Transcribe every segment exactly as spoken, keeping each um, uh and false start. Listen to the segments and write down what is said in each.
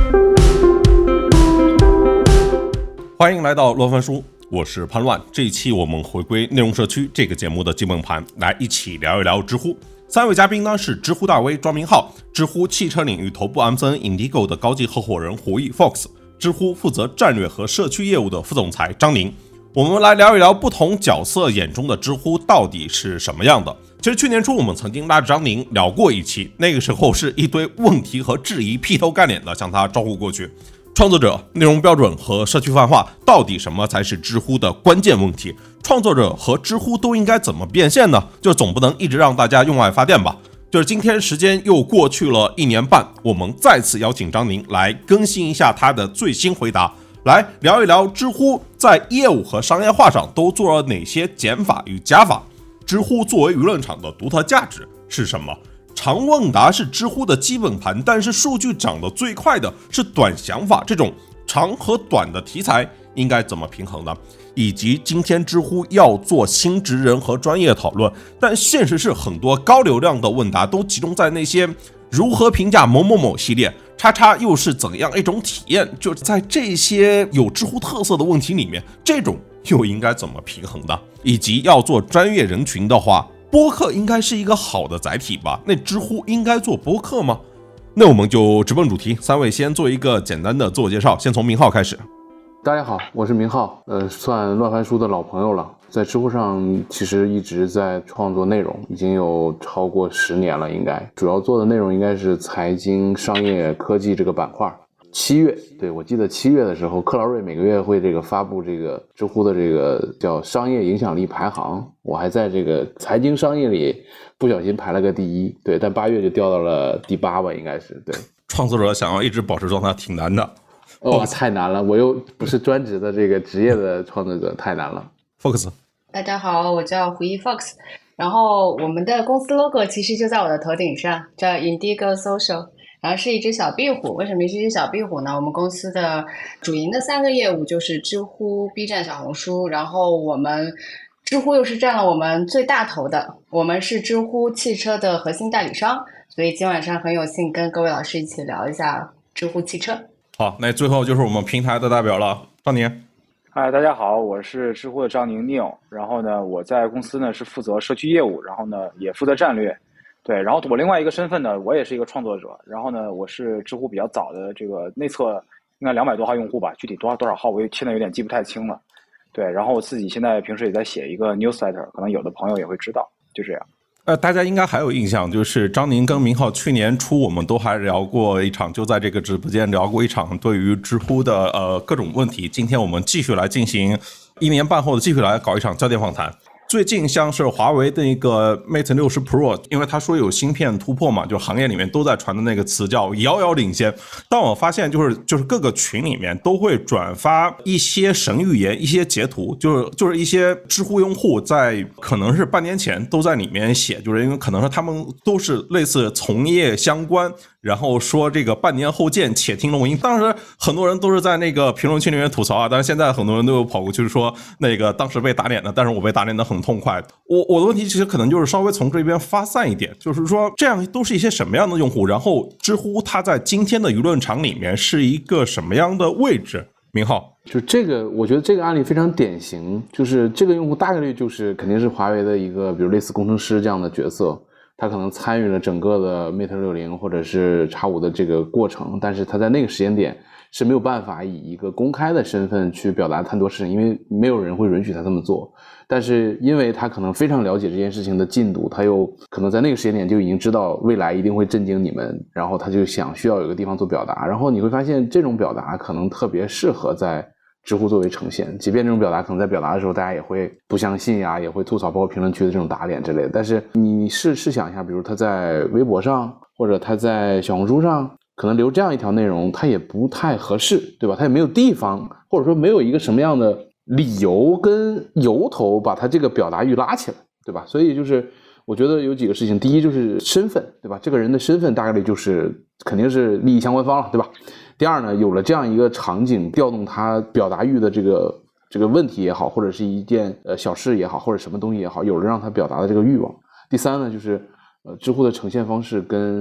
欢迎来到乱翻书，我是潘乱。这一期我们回归内容社区这个节目的基本盘，来一起聊一聊知乎。三位嘉宾呢是知乎大 V 庄明浩，知乎汽车领域头部 M C N Indigo 的高级合伙人胡毅 Fox， 知乎负责战略和社区业务的副总裁张宁。我们来聊一聊不同角色眼中的知乎到底是什么样的。其实去年初我们曾经拉着张宁聊过一期，那个时候是一堆问题和质疑劈头盖脸的向他招呼过去。创作者、内容标准和社区泛化，到底什么才是知乎的关键问题？创作者和知乎都应该怎么变现呢？就总不能一直让大家用爱发电吧。就是今天时间又过去了一年半，我们再次邀请张宁来更新一下他的最新回答，来聊一聊知乎在业务和商业化上都做了哪些减法与加法。知乎作为舆论场的独特价值是什么？长问答是知乎的基本盘，但是数据涨得最快的是短想法，这种长和短的题材应该怎么平衡呢？以及今天知乎要做新职人和专业讨论，但现实是很多高流量的问答都集中在那些如何评价某某某系列，叉叉又是怎样一种体验，就在这些有知乎特色的问题里面，这种又应该怎么平衡呢？以及要做专业人群的话，播客应该是一个好的载体吧？那知乎应该做播客吗？那我们就直奔主题，三位先做一个简单的自我介绍，先从明浩开始。 大家好，我是明浩，呃，算乱翻书的老朋友了，在知乎上其实一直在创作内容，已经有超过十年了，应该主要做的内容应该是财经、商业、科技这个板块。七月，对，我记得七月的时候，克劳瑞每个月会这个发布这个知乎的这个叫商业影响力排行，我还在这个财经商业里不小心排了个第一，对，但八月就掉到了第八吧，应该是，对。 创作者想要一直保持状态挺难的。 哦，太难了，我又不是专职的这个职业的创作者，太难了。 Fox， 大家好，我叫胡毅 Fox， 然后我们的公司 logo 其实就在我的头顶上，叫 Indigo Social。然后是一只小壁虎，为什么是一只小壁虎呢？我们公司的主营的三个业务就是知乎、B 站、小红书，然后我们知乎又是占了我们最大头的，我们是知乎汽车的核心代理商，所以今晚上很有幸跟各位老师一起聊一下知乎汽车。 好，那最后就是我们平台的代表了，张宁。 嗨，大家好，我是知乎的张宁 Neil， 然后呢，我在公司呢是负责社区业务，然后呢也负责战略。对，然后我另外一个身份呢，我也是一个创作者，然后呢，我是知乎比较早的这个内测，应该两百多号用户吧，具体多少多少号我现在有点记不太清了。对，然后我自己现在平时也在写一个 newsletter， 可能有的朋友也会知道，就这样。 呃，大家应该还有印象，就是张宁跟明浩去年初我们都还聊过一场，就在这个直播间聊过一场对于知乎的呃各种问题。今天我们继续来进行一年半后的继续来搞一场焦点访谈。最近像是华为的一个 Mate 六十 Pro， 因为他说有芯片突破嘛，就行业里面都在传的那个词叫遥遥领先。但我发现就是就是各个群里面都会转发一些神预言，一些截图，就是就是一些知乎用户在可能是半年前都在里面写，就是因为可能是他们都是类似从业相关，然后说这个半年后见，且听录音。当时很多人都是在那个评论区里面吐槽啊，但是现在很多人都有跑过去说那个当时被打脸的，但是我被打脸的很痛快。我我的问题其实可能就是稍微从这边发散一点，就是说这样都是一些什么样的用户，然后知乎它在今天的舆论场里面是一个什么样的位置？明浩， 就这个我觉得这个案例非常典型，就是这个用户大概率就是肯定是华为的一个比如类似工程师这样的角色，他可能参与了整个的 Mate 六十 或者是 X 五 的这个过程，但是他在那个时间点是没有办法以一个公开的身份去表达太多事情，因为没有人会允许他这么做。但是因为他可能非常了解这件事情的进度，他又可能在那个时间点就已经知道未来一定会震惊你们，然后他就想需要有个地方做表达，然后你会发现这种表达可能特别适合在知乎作为呈现，即便这种表达可能在表达的时候大家也会不相信呀，也会吐槽，包括评论区的这种打脸之类的，但是你试试想一下，比如他在微博上或者他在小红书上可能留这样一条内容，他也不太合适，对吧？他也没有地方，或者说没有一个什么样的理由跟由头把他这个表达欲拉起来，对吧？所以就是我觉得有几个事情，第一就是身份，对吧？这个人的身份大概率就是肯定是利益相关方了，对吧？第二呢，有了这样一个场景，调动他表达欲的这个这个问题也好，或者是一件呃小事也好，或者什么东西也好，有了让他表达的这个欲望。第三呢，就是呃知乎的呈现方式跟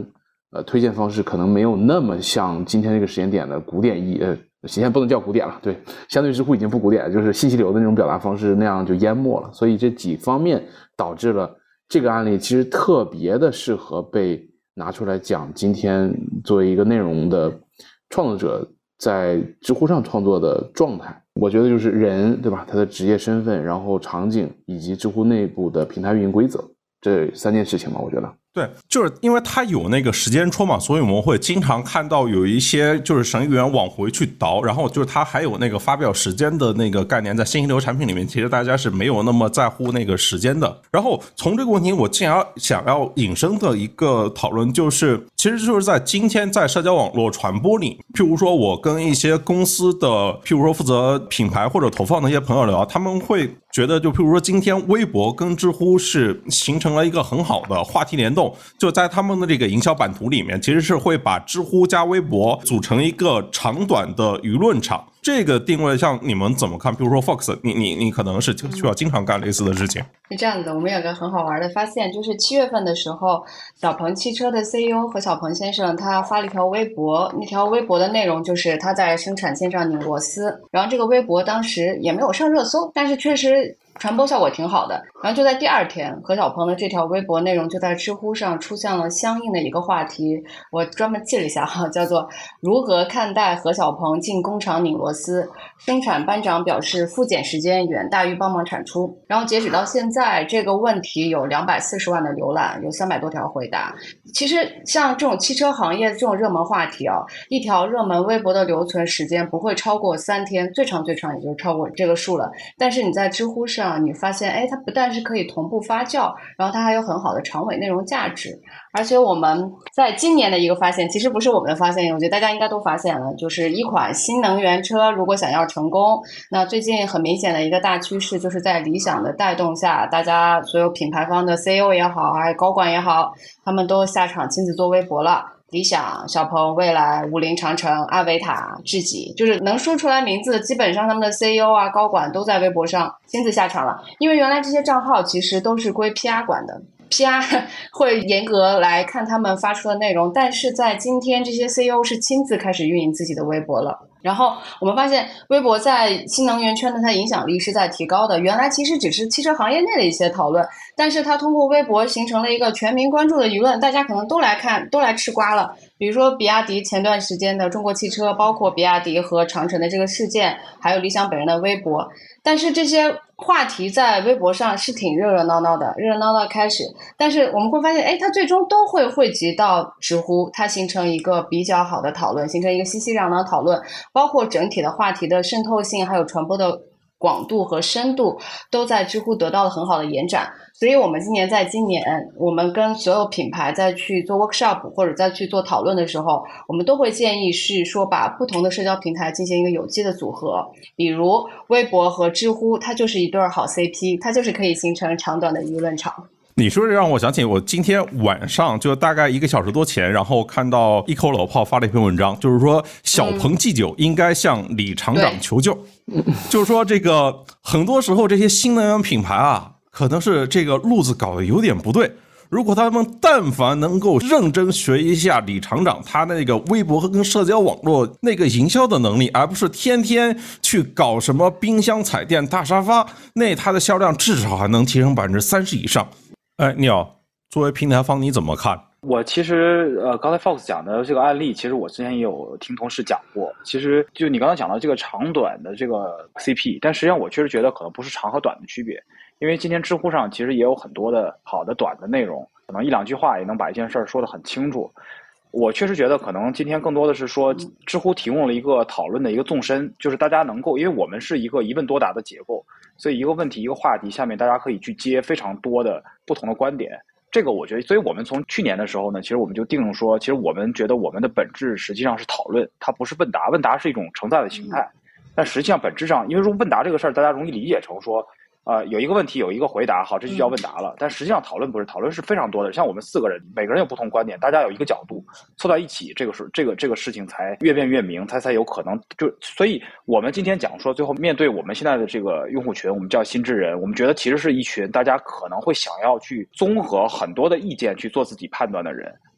呃推荐方式可能没有那么像今天这个时间点的古典意呃现在不能叫古典了，对，相对知乎已经不古典了，就是信息流的那种表达方式那样就淹没了。所以这几方面导致了这个案例其实特别的适合被拿出来讲。今天作为一个内容的创作者在知乎上创作的状态，我觉得就是人，对吧？他的职业身份，然后场景以及知乎内部的平台运营规则，这三件事情吧，我觉得。 对，就是因为它有那个时间戳嘛，所以我们会经常看到有一些就是程序员往回去倒，然后就是它还有那个发表时间的那个概念，在信息流产品里面，其实大家是没有那么在乎那个时间的。然后从这个问题，我竟然想要引申的一个讨论，就是其实就是在今天在社交网络传播里，譬如说我跟一些公司的，譬如说负责品牌或者投放的一些朋友聊，他们会觉得，就譬如说今天微博跟知乎是形成了一个很好的话题联动，就在他们的这个营销版图里面，其实是会把知乎加微博组成一个长短的舆论场。这个定位像你们怎么看？比如说 Fox， 你你你可能是需要经常干类似的事情。 是这样的，我们有个很好玩的发现，就是七月份的时候，小鹏汽车的 C E O 何小鹏先生他发了一条微博，那条微博的内容就是他在生产线上拧螺丝，然后这个微博当时也没有上热搜，但是确实传播效果挺好的。然后就在第二天，何小鹏的这条微博内容就在知乎上出现了相应的一个话题，我专门记了一下哈，叫做如何看待何小鹏进工厂拧螺丝，生产班长表示复检时间远大于帮忙产出。然后截止到现在，这个问题有两百四十万的浏览，有三百多条回答。其实像这种汽车行业这种热门话题啊，一条热门微博的留存时间不会超过三天，最长最长也就超过这个数了。但是你在知乎上你发现，哎，它不但是可以同步发酵，然后它还有很好的长尾内容价值。而且我们在今年的一个发现，其实不是我们的发现，我觉得大家应该都发现了，就是一款新能源车如果想要成功，那最近很明显的一个大趋势就是在理想的带动下，大家所有品牌方的 C E O 也好，还有高管也好，他们都下场亲自做微博了。理想、小鹏、蔚来、五菱、长城、阿维塔、智己，就是能说出来名字，基本上他们的 C E O 啊、高管都在微博上亲自下场了。因为原来这些账号其实都是归 P R 管的。P R 会严格来看他们发出的内容，但是在今天这些 C E O 是亲自开始运营自己的微博了。然后我们发现微博在新能源圈的它影响力是在提高的，原来其实只是汽车行业内的一些讨论，但是它通过微博形成了一个全民关注的舆论，大家可能都来看都来吃瓜了。比如说比亚迪前段时间的中国汽车，包括比亚迪和长城的这个事件，还有理想本人的微博，但是这些话题在微博上是挺热热闹闹的，热热闹闹开始，但是我们会发现，哎，它最终都会汇集到知乎，它形成一个比较好的讨论，形成一个熙熙攘攘讨论，包括整体的话题的渗透性，还有传播的广度和深度，都在知乎得到了很好的延展。所以我们今年在今年，我们跟所有品牌在去做 workshop 或者在去做讨论的时候，我们都会建议是说把不同的社交平台进行一个有机的组合，比如微博和知乎，它就是一对好 C P， 它就是可以形成长短的舆论场。 你说这让我想起我今天晚上就大概一个小时多前，然后看到一口老炮发了一篇文章，就是说小鹏 G 九应该向李厂长求救，嗯、就是说这个很多时候这些新能源品牌啊，可能是这个路子搞得有点不对。如果他们但凡能够认真学一下李厂长他那个微博和跟社交网络那个营销的能力，而不是天天去搞什么冰箱、彩电、大沙发，那它的销量至少还能提升百分之三十以上。哎，Neil，作为平台方你怎么看？ 我其实呃，刚才 Fox 讲的这个案例，其实我之前也有听同事讲过。其实就你刚才讲到这个长短的这个 C P， 但实际上我确实觉得可能不是长和短的区别，因为今天知乎上其实也有很多的好的短的内容，可能一两句话也能把一件事儿说得很清楚。我确实觉得可能今天更多的是说，知乎提供了一个讨论的一个纵深，就是大家能够，因为我们是一个一问多答的结构，所以一个问题一个话题下面大家可以去接非常多的不同的观点。这个我觉得，所以我们从去年的时候呢，其实我们就定说，其实我们觉得我们的本质实际上是讨论，它不是问答，问答是一种承载的形态，但实际上本质上，因为说问答这个事儿，大家容易理解成说，呃，有一个问题有一个回答，好，这就叫问答了。但实际上讨论不是，讨论是非常多的。像我们四个人，每个人有不同观点，大家有一个角度凑在一起，这个是这个这个事情才越辩越明，才才有可能就。所以我们今天讲说，最后面对我们现在的这个用户群，我们叫新智人，我们觉得其实是一群大家可能会想要去综合很多的意见去做自己判断的人。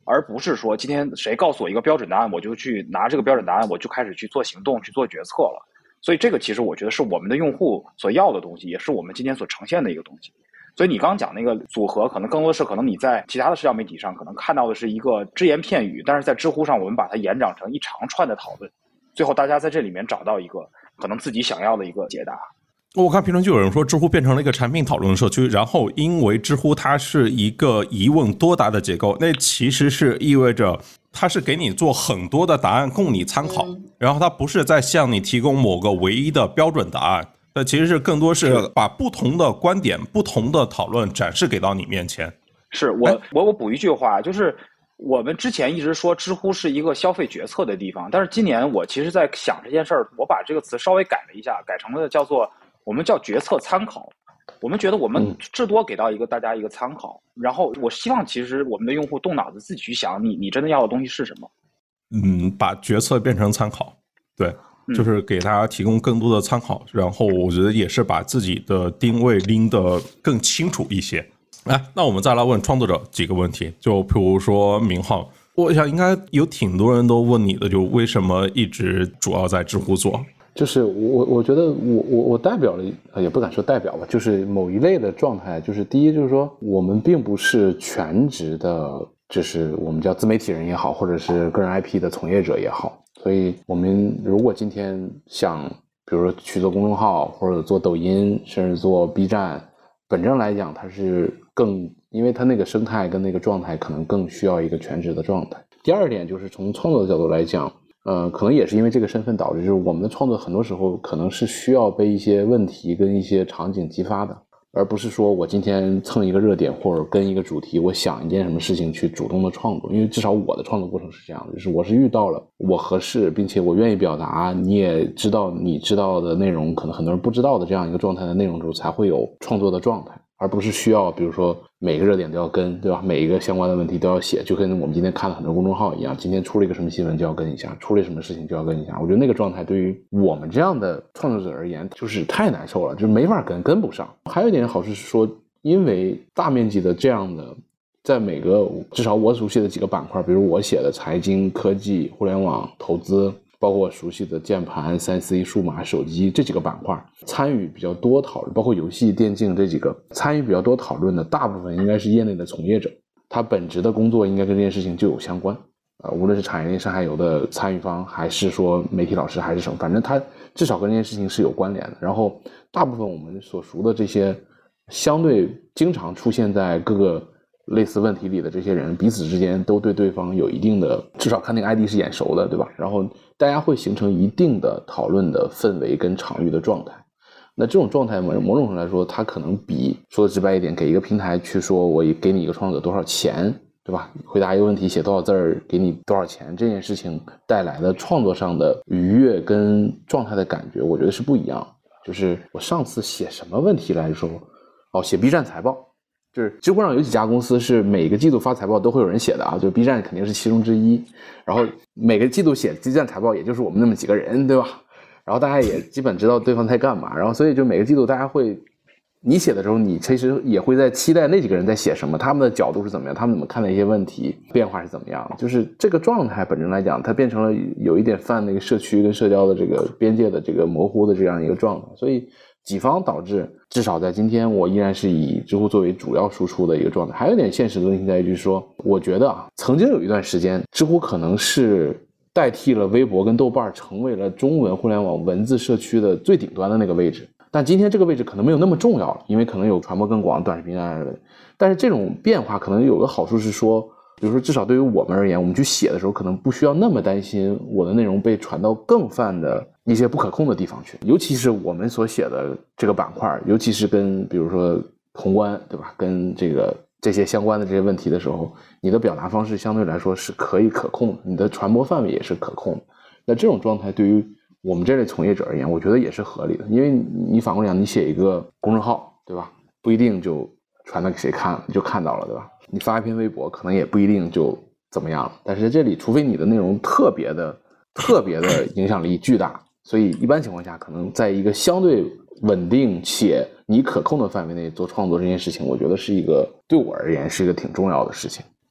而不是说今天谁告诉我一个标准答案，我就去拿这个标准答案，我就开始去做行动，去做决策了。所以这个其实我觉得是我们的用户所要的东西，也是我们今天所呈现的一个东西。所以你刚刚讲那个组合，可能更多的是可能你在其他的社交媒体上可能看到的是一个只言片语，但是在知乎上我们把它延展成一长串的讨论，最后大家在这里面找到一个可能自己想要的一个解答。 我看评论区有人说知乎变成了一个产品讨论社区，然后因为知乎它是一个一问多答的结构，那其实是意味着它是给你做很多的答案供你参考，嗯、然后它不是在向你提供某个唯一的标准答案，那其实是更多是把不同的观点、不同的讨论展示给到你面前。 是我我我补一句话，就是我们之前一直说知乎是一个消费决策的地方，但是今年我其实在想这件事儿，我把这个词稍微改了一下，改成了叫做我们叫决策参考。我们觉得我们至多给到一个大家一个参考，嗯、然后我希望其实我们的用户动脑子自己去想，你你真的要的东西是什么？ 嗯，把决策变成参考，对，就是给大家提供更多的参考，然后我觉得也是把自己的定位拎得更清楚一些。哎，那我们再来问创作者几个问题，就比如说明浩，我想应该有挺多人都问你的，就为什么一直主要在知乎做？ 就是我我觉得我我我代表了，也不敢说代表吧，就是某一类的状态。就是第一，就是说我们并不是全职的，就是我们叫自媒体人也好，或者是个人 I P 的从业者也好。所以我们如果今天想，比如说去做公众号，或者做抖音，甚至做 B 站，本质上来讲，它是更，因为它那个生态跟那个状态可能更需要一个全职的状态。第二点就是从创作的角度来讲。呃，可能也是因为这个身份导致，就是我们的创作很多时候可能是需要被一些问题跟一些场景激发的，而不是说我今天蹭一个热点或者跟一个主题，我想一件什么事情去主动的创作。因为至少我的创作过程是这样的，就是我是遇到了我合适并且我愿意表达，你也知道你知道的内容可能很多人不知道的这样一个状态的内容之后，才会有创作的状态，而不是需要比如说每个热点都要跟，对吧？每一个相关的问题都要写，就跟我们今天看了很多公众号一样，今天出了一个什么新闻就要跟一下，出了什么事情就要跟一下。我觉得那个状态对于我们这样的创作者而言就是太难受了，就是没法跟，跟不上。还有一点好处是说，因为大面积的这样的在每个至少我熟悉的几个板块，比如我写的财经、科技、互联网、投资，包括我熟悉的键盘、三 C、数码、手机这几个板块，参与比较多讨论，包括游戏、电竞这几个参与比较多讨论的，大部分应该是业内的从业者，他本职的工作应该跟这件事情就有相关。呃，无论是产业链上下游的参与方，还是说媒体老师，还是什么，反正他至少跟这件事情是有关联的。然后，大部分我们所熟的这些相对经常出现在各个类似问题里的这些人，彼此之间都对对方有一定的，至少看那个 I D 是眼熟的，对吧？然后大家会形成一定的讨论的氛围跟场域的状态。那这种状态某种程度来说，它可能比说的直白一点，给一个平台去说我给你一个创作者多少钱，对吧？回答一个问题写多少字儿，给你多少钱，这件事情带来的创作上的愉悦跟状态的感觉，我觉得是不一样。就是我上次写什么问题来说，哦，写 B 站财报。就是知乎上有几家公司是每个季度发财报都会有人写的啊，就 B 站肯定是其中之一。然后每个季度写 B 站财报也就是我们那么几个人，对吧？然后大家也基本知道对方在干嘛，然后所以就每个季度大家会，你写的时候你其实也会在期待那几个人在写什么，他们的角度是怎么样，他们怎么看的一些问题变化是怎么样，就是这个状态本身来讲，它变成了有一点泛那个社区跟社交的这个边界的这个模糊的这样一个状态，所以几方导致至少在今天我依然是以知乎作为主要输出的一个状态。还有一点现实的问题在于就是说，我觉得啊，曾经有一段时间知乎可能是代替了微博跟豆瓣，成为了中文互联网文字社区的最顶端的那个位置，但今天这个位置可能没有那么重要了，因为可能有传播更广短视频啊，但是这种变化可能有个好处是说，比如说至少对于我们而言，我们去写的时候可能不需要那么担心我的内容被传到更泛的一些不可控的地方去，尤其是我们所写的这个板块，尤其是跟比如说宏观，对吧，跟这个这些相关的这些问题的时候，你的表达方式相对来说是可以可控的，你的传播范围也是可控的。那这种状态对于我们这类从业者而言，我觉得也是合理的，因为你反过来讲，你写一个公众号，对吧，不一定就传到给谁看就看到了，对吧？你发一篇微博可能也不一定就怎么样了，但是在这里除非你的内容特别的特别的影响力巨大，所以一般情况下可能在一个相对稳定且你可控的范围内做创作这件事情，我觉得是一个对我而言是一个挺重要的事情。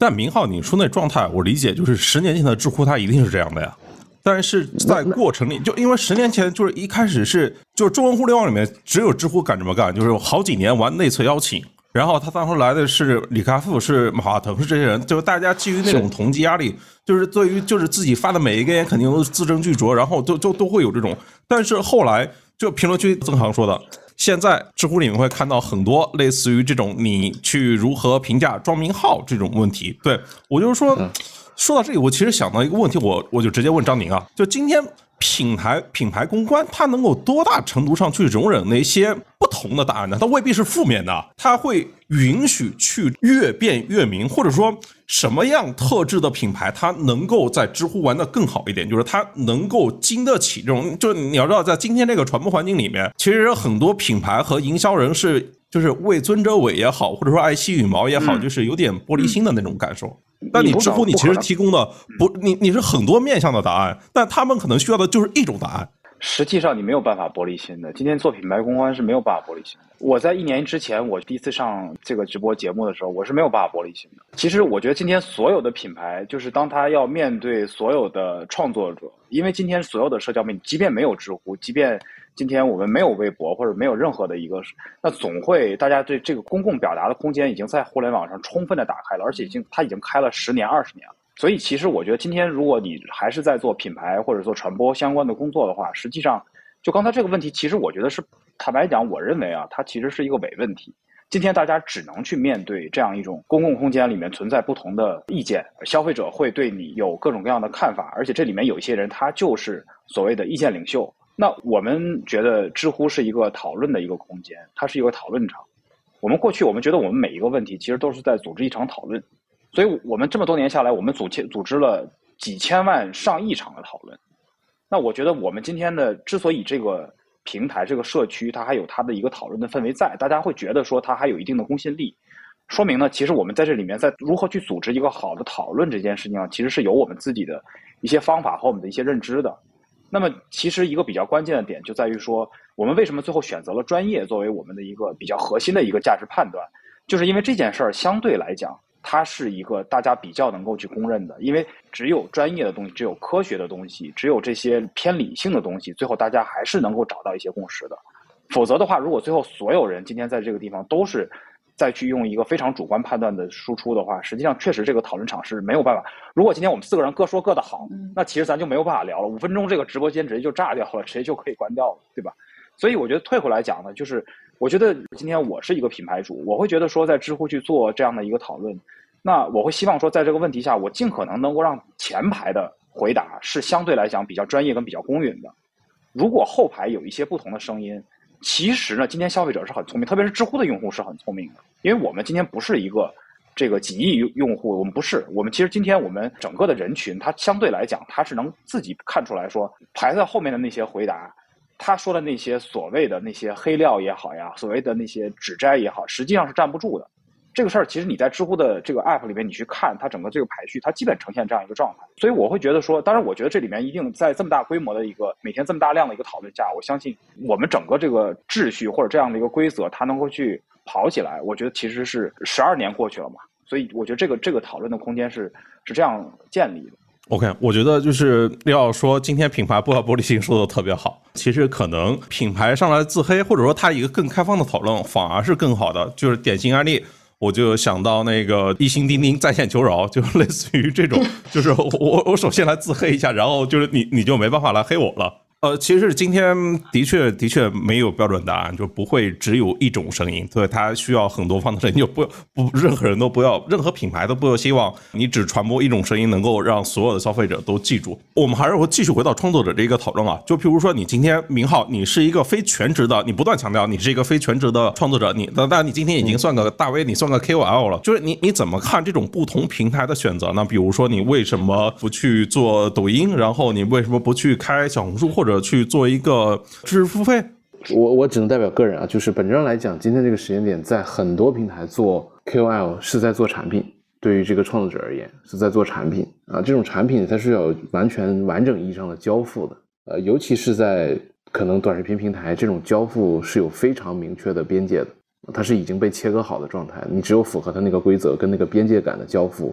但明浩你说那状态，我理解就是十年前的知乎它一定是这样的呀。但是在过程里，就因为十年前就是一开始是就是中文互联网里面只有知乎敢这么干，就是好几年玩内测邀请，然后他当时来的是李开复，是马化腾，是这些人，就是大家基于那种同级压力，就是对于就是自己发的每一个言肯定都是字斟句酌，然后就就都会有这种。但是后来就评论区曾航说的，现在知乎里面会看到很多类似于这种你去如何评价庄明浩这种问题。对，我就是说。嗯说到这里，我其实想到一个问题，我我就直接问张宁啊，就今天品牌品牌公关，它能够多大程度上去容忍那些不同的答案呢？它未必是负面的，它会允许去越辩越明，或者说什么样特质的品牌，它能够在知乎玩得更好一点，就是它能够经得起这种，就你要知道，在今天这个传播环境里面，其实很多品牌和营销人是就是为尊者伟也好，或者说爱惜羽毛也好，就是有点玻璃心的那种感受。嗯但你知乎你其实提供的不，你你是很多面向的答案，但他们可能需要的就是一种答案。 实际上你没有办法玻璃心的，今天做品牌公关是没有办法玻璃心的。我在一年之前，我第一次上这个直播节目的时候，我是没有办法玻璃心的。其实我觉得今天所有的品牌，就是当他要面对所有的创作者，因为今天所有的社交媒体，即便没有知乎，即便今天我们没有微博或者没有任何的一个，那总会大家对这个公共表达的空间已经在互联网上充分的打开了，而且已经它已经开了十年二十年了。所以其实我觉得今天如果你还是在做品牌或者做传播相关的工作的话，实际上就刚才这个问题，其实我觉得是坦白讲，我认为啊，它其实是一个伪问题。今天大家只能去面对这样一种公共空间里面存在不同的意见，消费者会对你有各种各样的看法，而且这里面有一些人他就是所谓的意见领袖。那我们觉得知乎是一个讨论的一个空间，它是一个讨论场。我们过去我们觉得我们每一个问题其实都是在组织一场讨论，所以我们这么多年下来，我们组组织了几千万上亿场的讨论。那我觉得我们今天的之所以这个平台这个社区它还有它的一个讨论的氛围在，大家会觉得说它还有一定的公信力，说明呢其实我们在这里面在如何去组织一个好的讨论这件事情上，其实是有我们自己的一些方法和我们的一些认知的。那么其实一个比较关键的点就在于说，我们为什么最后选择了专业作为我们的一个比较核心的一个价值判断，就是因为这件事儿相对来讲它是一个大家比较能够去公认的，因为只有专业的东西，只有科学的东西，只有这些偏理性的东西，最后大家还是能够找到一些共识的。否则的话，如果最后所有人今天在这个地方都是再去用一个非常主观判断的输出的话，实际上确实这个讨论场是没有办法。如果今天我们四个人各说各的好，那其实咱就没有办法聊了，五分钟这个直播间直接就炸掉了，直接就可以关掉了，对吧？所以我觉得退回来讲呢，就是我觉得今天我是一个品牌主，我会觉得说在知乎去做这样的一个讨论，那我会希望说在这个问题下，我尽可能能够让前排的回答是相对来讲比较专业跟比较公允的。如果后排有一些不同的声音，其实呢，今天消费者是很聪明，特别是知乎的用户是很聪明的，因为我们今天不是一个这个几亿用户，我们不是，我们其实今天我们整个的人群，它相对来讲，它是能自己看出来说，排在后面的那些回答，他说的那些所谓的那些黑料也好呀，所谓的那些指摘也好，实际上是站不住的。这个事儿其实你在知乎的这个 app 里面你去看它整个这个排序，它基本呈现这样一个状态。所以我会觉得说，当然我觉得这里面一定在这么大规模的一个每天这么大量的一个讨论下，我相信我们整个这个秩序或者这样的一个规则它能够去跑起来，我觉得其实是十二年过去了嘛，所以我觉得这个这个讨论的空间是是这样建立的。 OK， 我觉得就是要说今天品牌不要玻璃心说的特别好，其实可能品牌上来自黑，或者说它一个更开放的讨论反而是更好的。就是典型案例，我就想到那个一星钉钉在线求饶，就类似于这种，就是我我首先来自黑一下，然后就是你你就没办法来黑我了。呃，其实今天的确的确没有标准答案，就不会只有一种声音，对，它需要很多方的声音，就不不任何人都不要，任何品牌都不要希望你只传播一种声音能够让所有的消费者都记住。我们还是会继续回到创作者这一个讨论啊，就譬如说你今天明浩，你是一个非全职的，你不断强调你是一个非全职的创作者，你当然你今天已经算个大 V， 你算个 K O L 了，就是你你怎么看这种不同平台的选择呢？比如说你为什么不去做抖音，然后你为什么不去开小红书，或者去做一个知识付费？ 我我只能代表个人啊，就是本质上来讲，今天这个时间点，在很多平台做 K O L 是在做产品，对于这个创作者而言是在做产品啊，这种产品它是有完全完整意义上的交付的，呃，尤其是在可能短视频平台，这种交付是有非常明确的边界的，它是已经被切割好的状态，你只有符合它那个规则跟那个边界感的交付，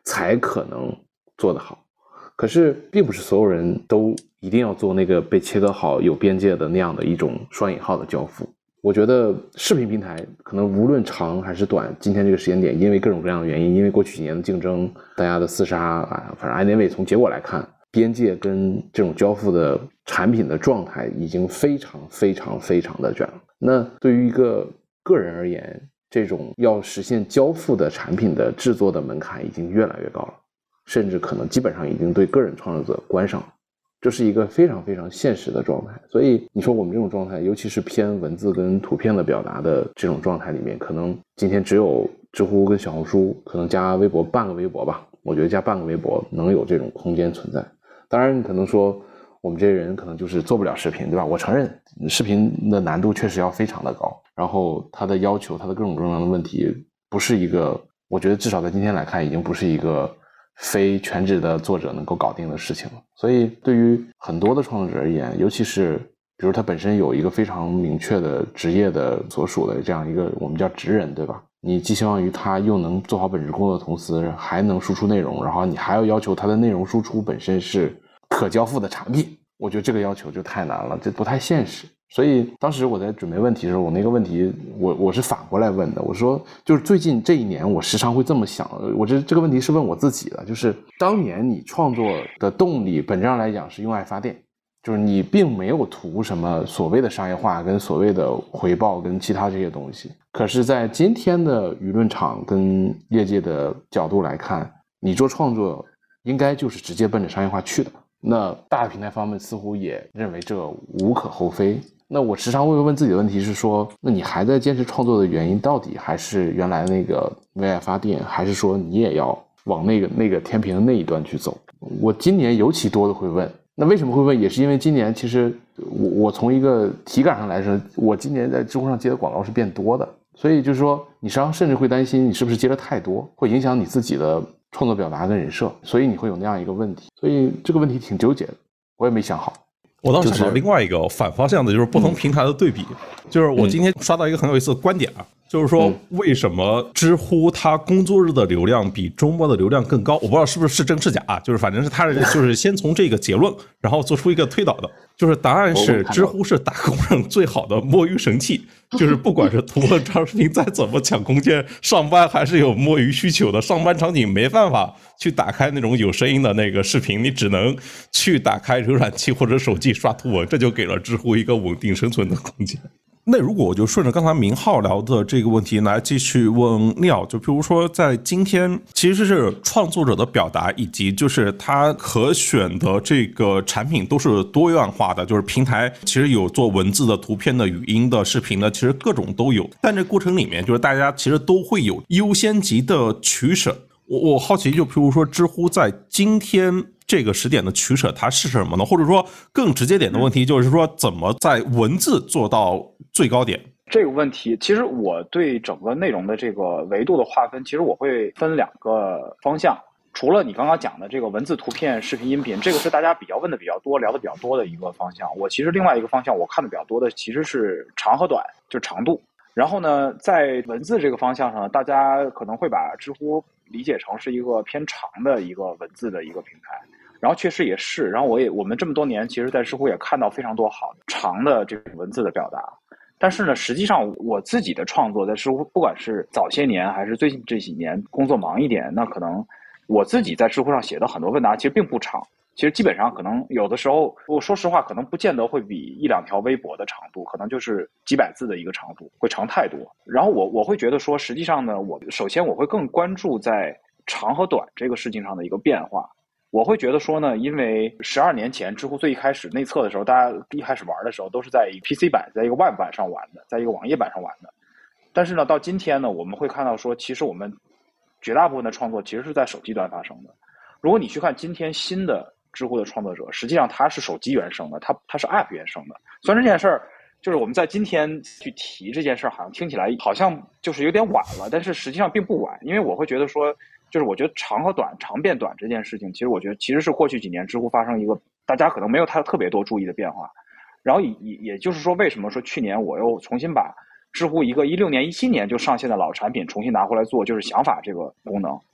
才可能做得好。可是并不是所有人都一定要做那个被切割好有边界的那样的一种双引号的交付。我觉得视频平台可能无论长还是短，今天这个时间点因为各种各样的原因，因为过去几年的竞争，大家的厮杀啊，反正 anyway 从结果来看，边界跟这种交付的产品的状态已经非常非常非常的卷了。那对于一个个人而言，这种要实现交付的产品的制作的门槛已经越来越高了，甚至可能基本上已经对个人创作者关上了。这是一个非常非常现实的状态。所以你说我们这种状态，尤其是偏文字跟图片的表达的这种状态里面，可能今天只有知乎跟小红书，可能加微博半个微博吧，我觉得加半个微博能有这种空间存在。当然你可能说我们这些人可能就是做不了视频，对吧？我承认视频的难度确实要非常的高，然后它的要求，它的各种各样的问题，不是一个，我觉得至少在今天来看，已经不是一个非全职的作者能够搞定的事情了。所以对于很多的创作者而言，尤其是比如他本身有一个非常明确的职业的所属的这样一个我们叫职人，对吧？你寄希望于他又能做好本职工作的同时还能输出内容，然后你还要要求他的内容输出本身是可交付的产品，我觉得这个要求就太难了，这不太现实。所以当时我在准备问题的时候，我那个问题我我是反过来问的，我说就是最近这一年我时常会这么想，我这这个问题是问我自己的，就是当年你创作的动力本质上来讲是用爱发电，就是你并没有图什么所谓的商业化跟所谓的回报跟其他这些东西，可是在今天的舆论场跟业界的角度来看，你做创作应该就是直接奔着商业化去的。那大的平台方面似乎也认为这无可厚非。那我时常会问自己的问题是说，那你还在坚持创作的原因到底还是原来那个为爱发电，还是说你也要往那个那个天平的那一端去走？我今年尤其多的会问，那为什么会问，也是因为今年其实我我从一个体感上来说，我今年在知乎上接的广告是变多的，所以就是说你实际上甚至会担心你是不是接的太多，会影响你自己的创作表达跟人设，所以你会有那样一个问题。所以这个问题挺纠结的，我也没想好。 我倒是想到另外一个反方向的，就是不同平台的对比。就是我今天刷到一个很有意思的观点啊，就是说为什么知乎它工作日的流量比周末的流量更高？我不知道是不是是真是假啊，就是反正是他就是先从这个结论，然后做出一个推导的。就是答案是知乎是打工人最好的摸鱼神器，就是不管是图文长视频再怎么抢空间，上班还是有摸鱼需求的。上班场景没办法去打开那种有声音的那个视频，你只能去打开浏览器或者手机刷图文，这就给了知乎一个稳定生存的空间。那如果我就顺着刚才明浩聊的这个问题来继续问廖，就比如说在今天其实是创作者的表达以及就是他可选的这个产品都是多样化的，就是平台其实有做文字的、图片的、语音的、视频的，其实各种都有，但这过程里面就是大家其实都会有优先级的取舍。我我好奇，就譬如说知乎在今天这个时点的取舍它是什么呢？或者说更直接点的问题就是说怎么在文字做到最高点？ 这个问题其实我对整个内容的这个维度的划分，其实我会分两个方向。除了你刚刚讲的这个文字、图片、视频、音频，这个是大家比较问的比较多、聊的比较多的一个方向。我其实另外一个方向我看的比较多的其实是长和短，就是长度。然后呢，在文字这个方向上，大家可能会把知乎理解成是一个偏长的一个文字的一个平台，然后确实也是。然后我也我们这么多年，其实在知乎也看到非常多好的长的这种文字的表达。但是呢，实际上我自己的创作在知乎，不管是早些年还是最近这几年工作忙一点，那可能我自己在知乎上写的很多问答其实并不长。其实基本上可能有的时候，我说实话，可能不见得会比一两条微博的长度，可能就是几百字的一个长度，会长太多。然后我我会觉得说，实际上呢，我首先我会更关注在长和短这个事情上的一个变化。我会觉得说呢，因为十二年前知乎最一开始内测的时候，大家一开始玩的时候都是在一个 P C 版，在一个 Web 版上玩的，在一个网页版上玩的。但是呢，到今天呢，我们会看到说，其实我们绝大部分的创作其实是在手机端发生的。如果你去看今天新的知乎的创作者，实际上他是手机原生的，他他是 App 原生的。虽然这件事儿就是我们在今天去提这件事儿，好像听起来好像就是有点晚了，但是实际上并不晚，因为我会觉得说，就是我觉得长和短、长变短这件事情，其实我觉得其实是过去几年知乎发生一个大家可能没有太特别多注意的变化。然后也也就是说，为什么说去年我又重新把知乎一个一六年、一七年就上线的老产品重新拿回来做，就是想法这个功能。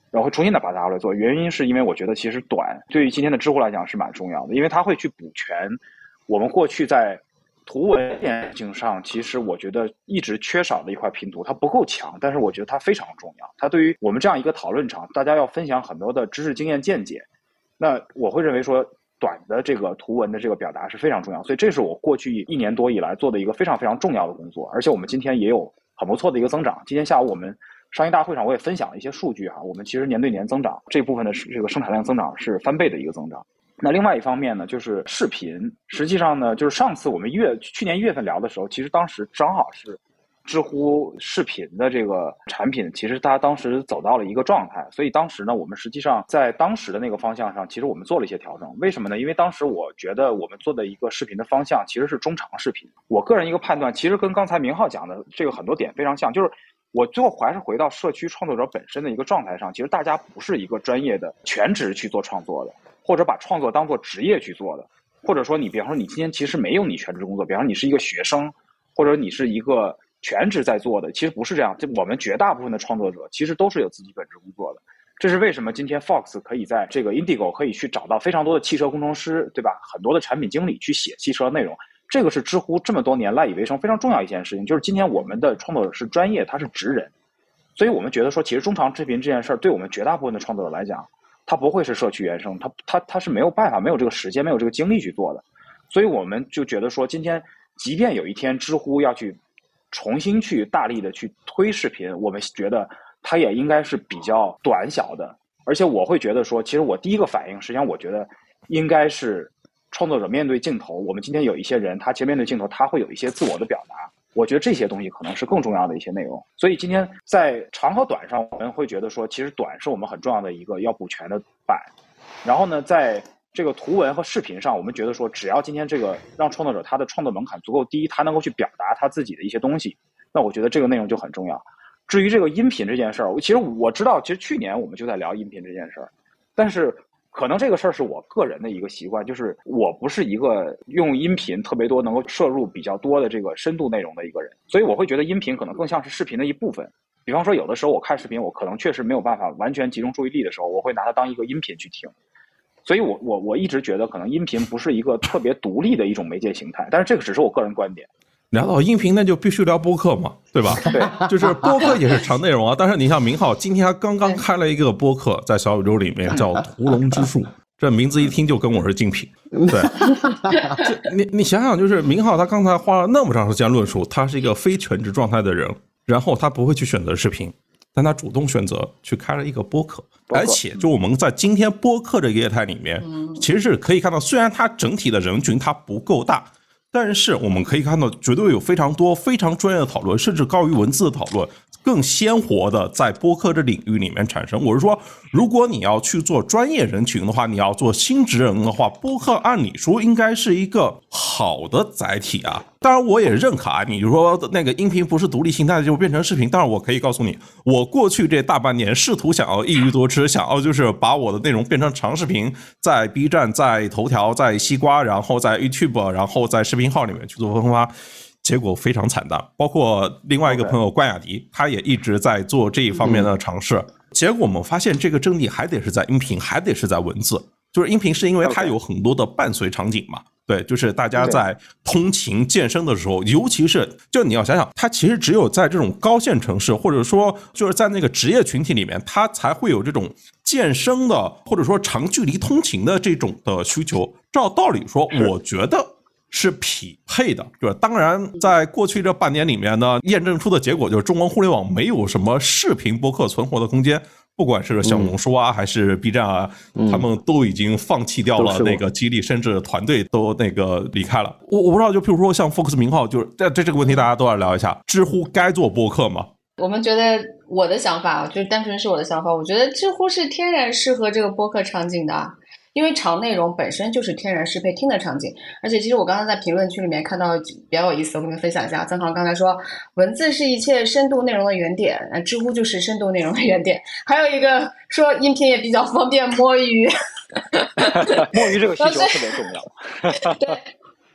然后会重新的把它来做。原因是因为我觉得其实短对于今天的知乎来讲是蛮重要的，因为它会去补全我们过去在图文眼镜上，其实我觉得一直缺少的一块拼图，它不够强，但是我觉得它非常重要。它对于我们这样一个讨论场，大家要分享很多的知识经验见解，那我会认为说短的这个图文的这个表达是非常重要，所以这是我过去一年多以来做的一个非常非常重要的工作，而且我们今天也有很不错的一个增长。今天下午我们商业大会上我也分享了一些数据哈，我们其实年对年增长这部分的这个生产量增长是翻倍的一个增长。那另外一方面呢，就是视频，实际上呢，就是上次我们一月去年一月份聊的时候，其实当时正好是知乎视频的这个产品，其实它当时走到了一个状态，所以当时呢，我们实际上在当时的那个方向上，其实我们做了一些调整。为什么呢？因为当时我觉得我们做的一个视频的方向其实是中长视频。我个人一个判断，其实跟刚才明浩讲的这个很多点非常像，就是我最后还是回到社区创作者本身的一个状态上，其实大家不是一个专业的全职去做创作的，或者把创作当做职业去做的，或者说你比方说你今天其实没有你全职工作，比方说你是一个学生，或者你是一个全职在做的，其实不是这样。我们绝大部分的创作者其实都是有自己本职工作的。这是为什么今天 Fox 可以在这个 Indigo 可以去找到非常多的汽车工程师，对吧？很多的产品经理去写汽车内容。这个是知乎这么多年赖以为生非常重要一件事情，就是今天我们的创作者是专业，他是职人，所以我们觉得说，其实中长视频这件事儿，对我们绝大部分的创作者来讲，他不会是社区原生，他他他是没有办法，没有这个时间，没有这个精力去做的。所以我们就觉得说，今天即便有一天知乎要去重新去大力的去推视频，我们觉得它也应该是比较短小的。而且我会觉得说，其实我第一个反应，实际上我觉得应该是创作者面对镜头，我们今天有一些人，他其实面对镜头，他会有一些自我的表达。我觉得这些东西可能是更重要的一些内容。所以今天在长和短上，我们会觉得说，其实短是我们很重要的一个要补全的板。然后呢，在这个图文和视频上，我们觉得说，只要今天这个让创作者他的创作门槛足够低，他能够去表达他自己的一些东西，那我觉得这个内容就很重要。至于这个音频这件事儿，其实我知道，其实去年我们就在聊音频这件事儿，但是可能这个事儿是我个人的一个习惯，就是我不是一个用音频特别多能够摄入比较多的这个深度内容的一个人，所以我会觉得音频可能更像是视频的一部分。比方说有的时候我看视频，我可能确实没有办法完全集中注意力的时候，我会拿它当一个音频去听。所以我我我一直觉得可能音频不是一个特别独立的一种媒介形态，但是这个只是我个人观点。 聊到音频，那就必须聊播客嘛，对吧？ 对， 就是播客也是长内容啊。但是你像明浩，今天他刚刚开了一个播客，在小宇宙里面叫《屠龙之术》，这名字一听就跟我是竞品。对，你你想想，就是明浩他刚才花了那么长时间论述，他是一个非全职状态的人，然后他不会去选择视频，但他主动选择去开了一个播客，而且就我们在今天播客这个业态里面，其实是可以看到，虽然它整体的人群它不够大。但是我们可以看到，绝对有非常多非常专业的讨论，甚至高于文字的讨论，更鲜活的在播客这领域里面产生。我是说，如果你要去做专业人群的话，你要做新职人的话，播客按理说应该是一个好的载体啊。当然，我也认可啊，你说那个音频不是独立形态就变成视频。当然，我可以告诉你，我过去这大半年试图想要一鱼多吃，想要就是把我的内容变成长视频，在 B 站、在头条、在西瓜，然后在 YouTube， 然后在视频号里面去做分发，结果非常惨淡。包括另外一个朋友关雅迪，他也一直在做这一方面的尝试。结果我们发现，这个阵地还得是在音频，还得是在文字。就是音频是因为它有很多的伴随场景嘛。对，就是大家在通勤健身的时候，尤其是就你要想想，它其实只有在这种高线城市，或者说就是在那个职业群体里面，它才会有这种健身的或者说长距离通勤的这种的需求。照道理说，我觉得是匹配的。就是当然，在过去这半年里面呢，验证出的结果就是中国互联网没有什么视频播客存活的空间。不管是小红书啊，还是 B 站啊，他们都已经放弃掉了那个激励，甚至团队都那个离开了。我我不知道，就譬如说像 Fox 明浩，就是这这这个问题，大家都要聊一下。知乎该做播客吗？ 我们觉得，我的想法就是单纯是我的想法，我觉得知乎是天然适合这个播客场景的。因为长内容本身就是天然适配听的场景，而且其实我刚刚在评论区里面看到比较有意思，我跟你们分享一下。曾航刚才说，文字是一切深度内容的原点，知乎就是深度内容的原点。还有一个说音频也比较方便摸鱼， 摸鱼这个需求特别重要。 对，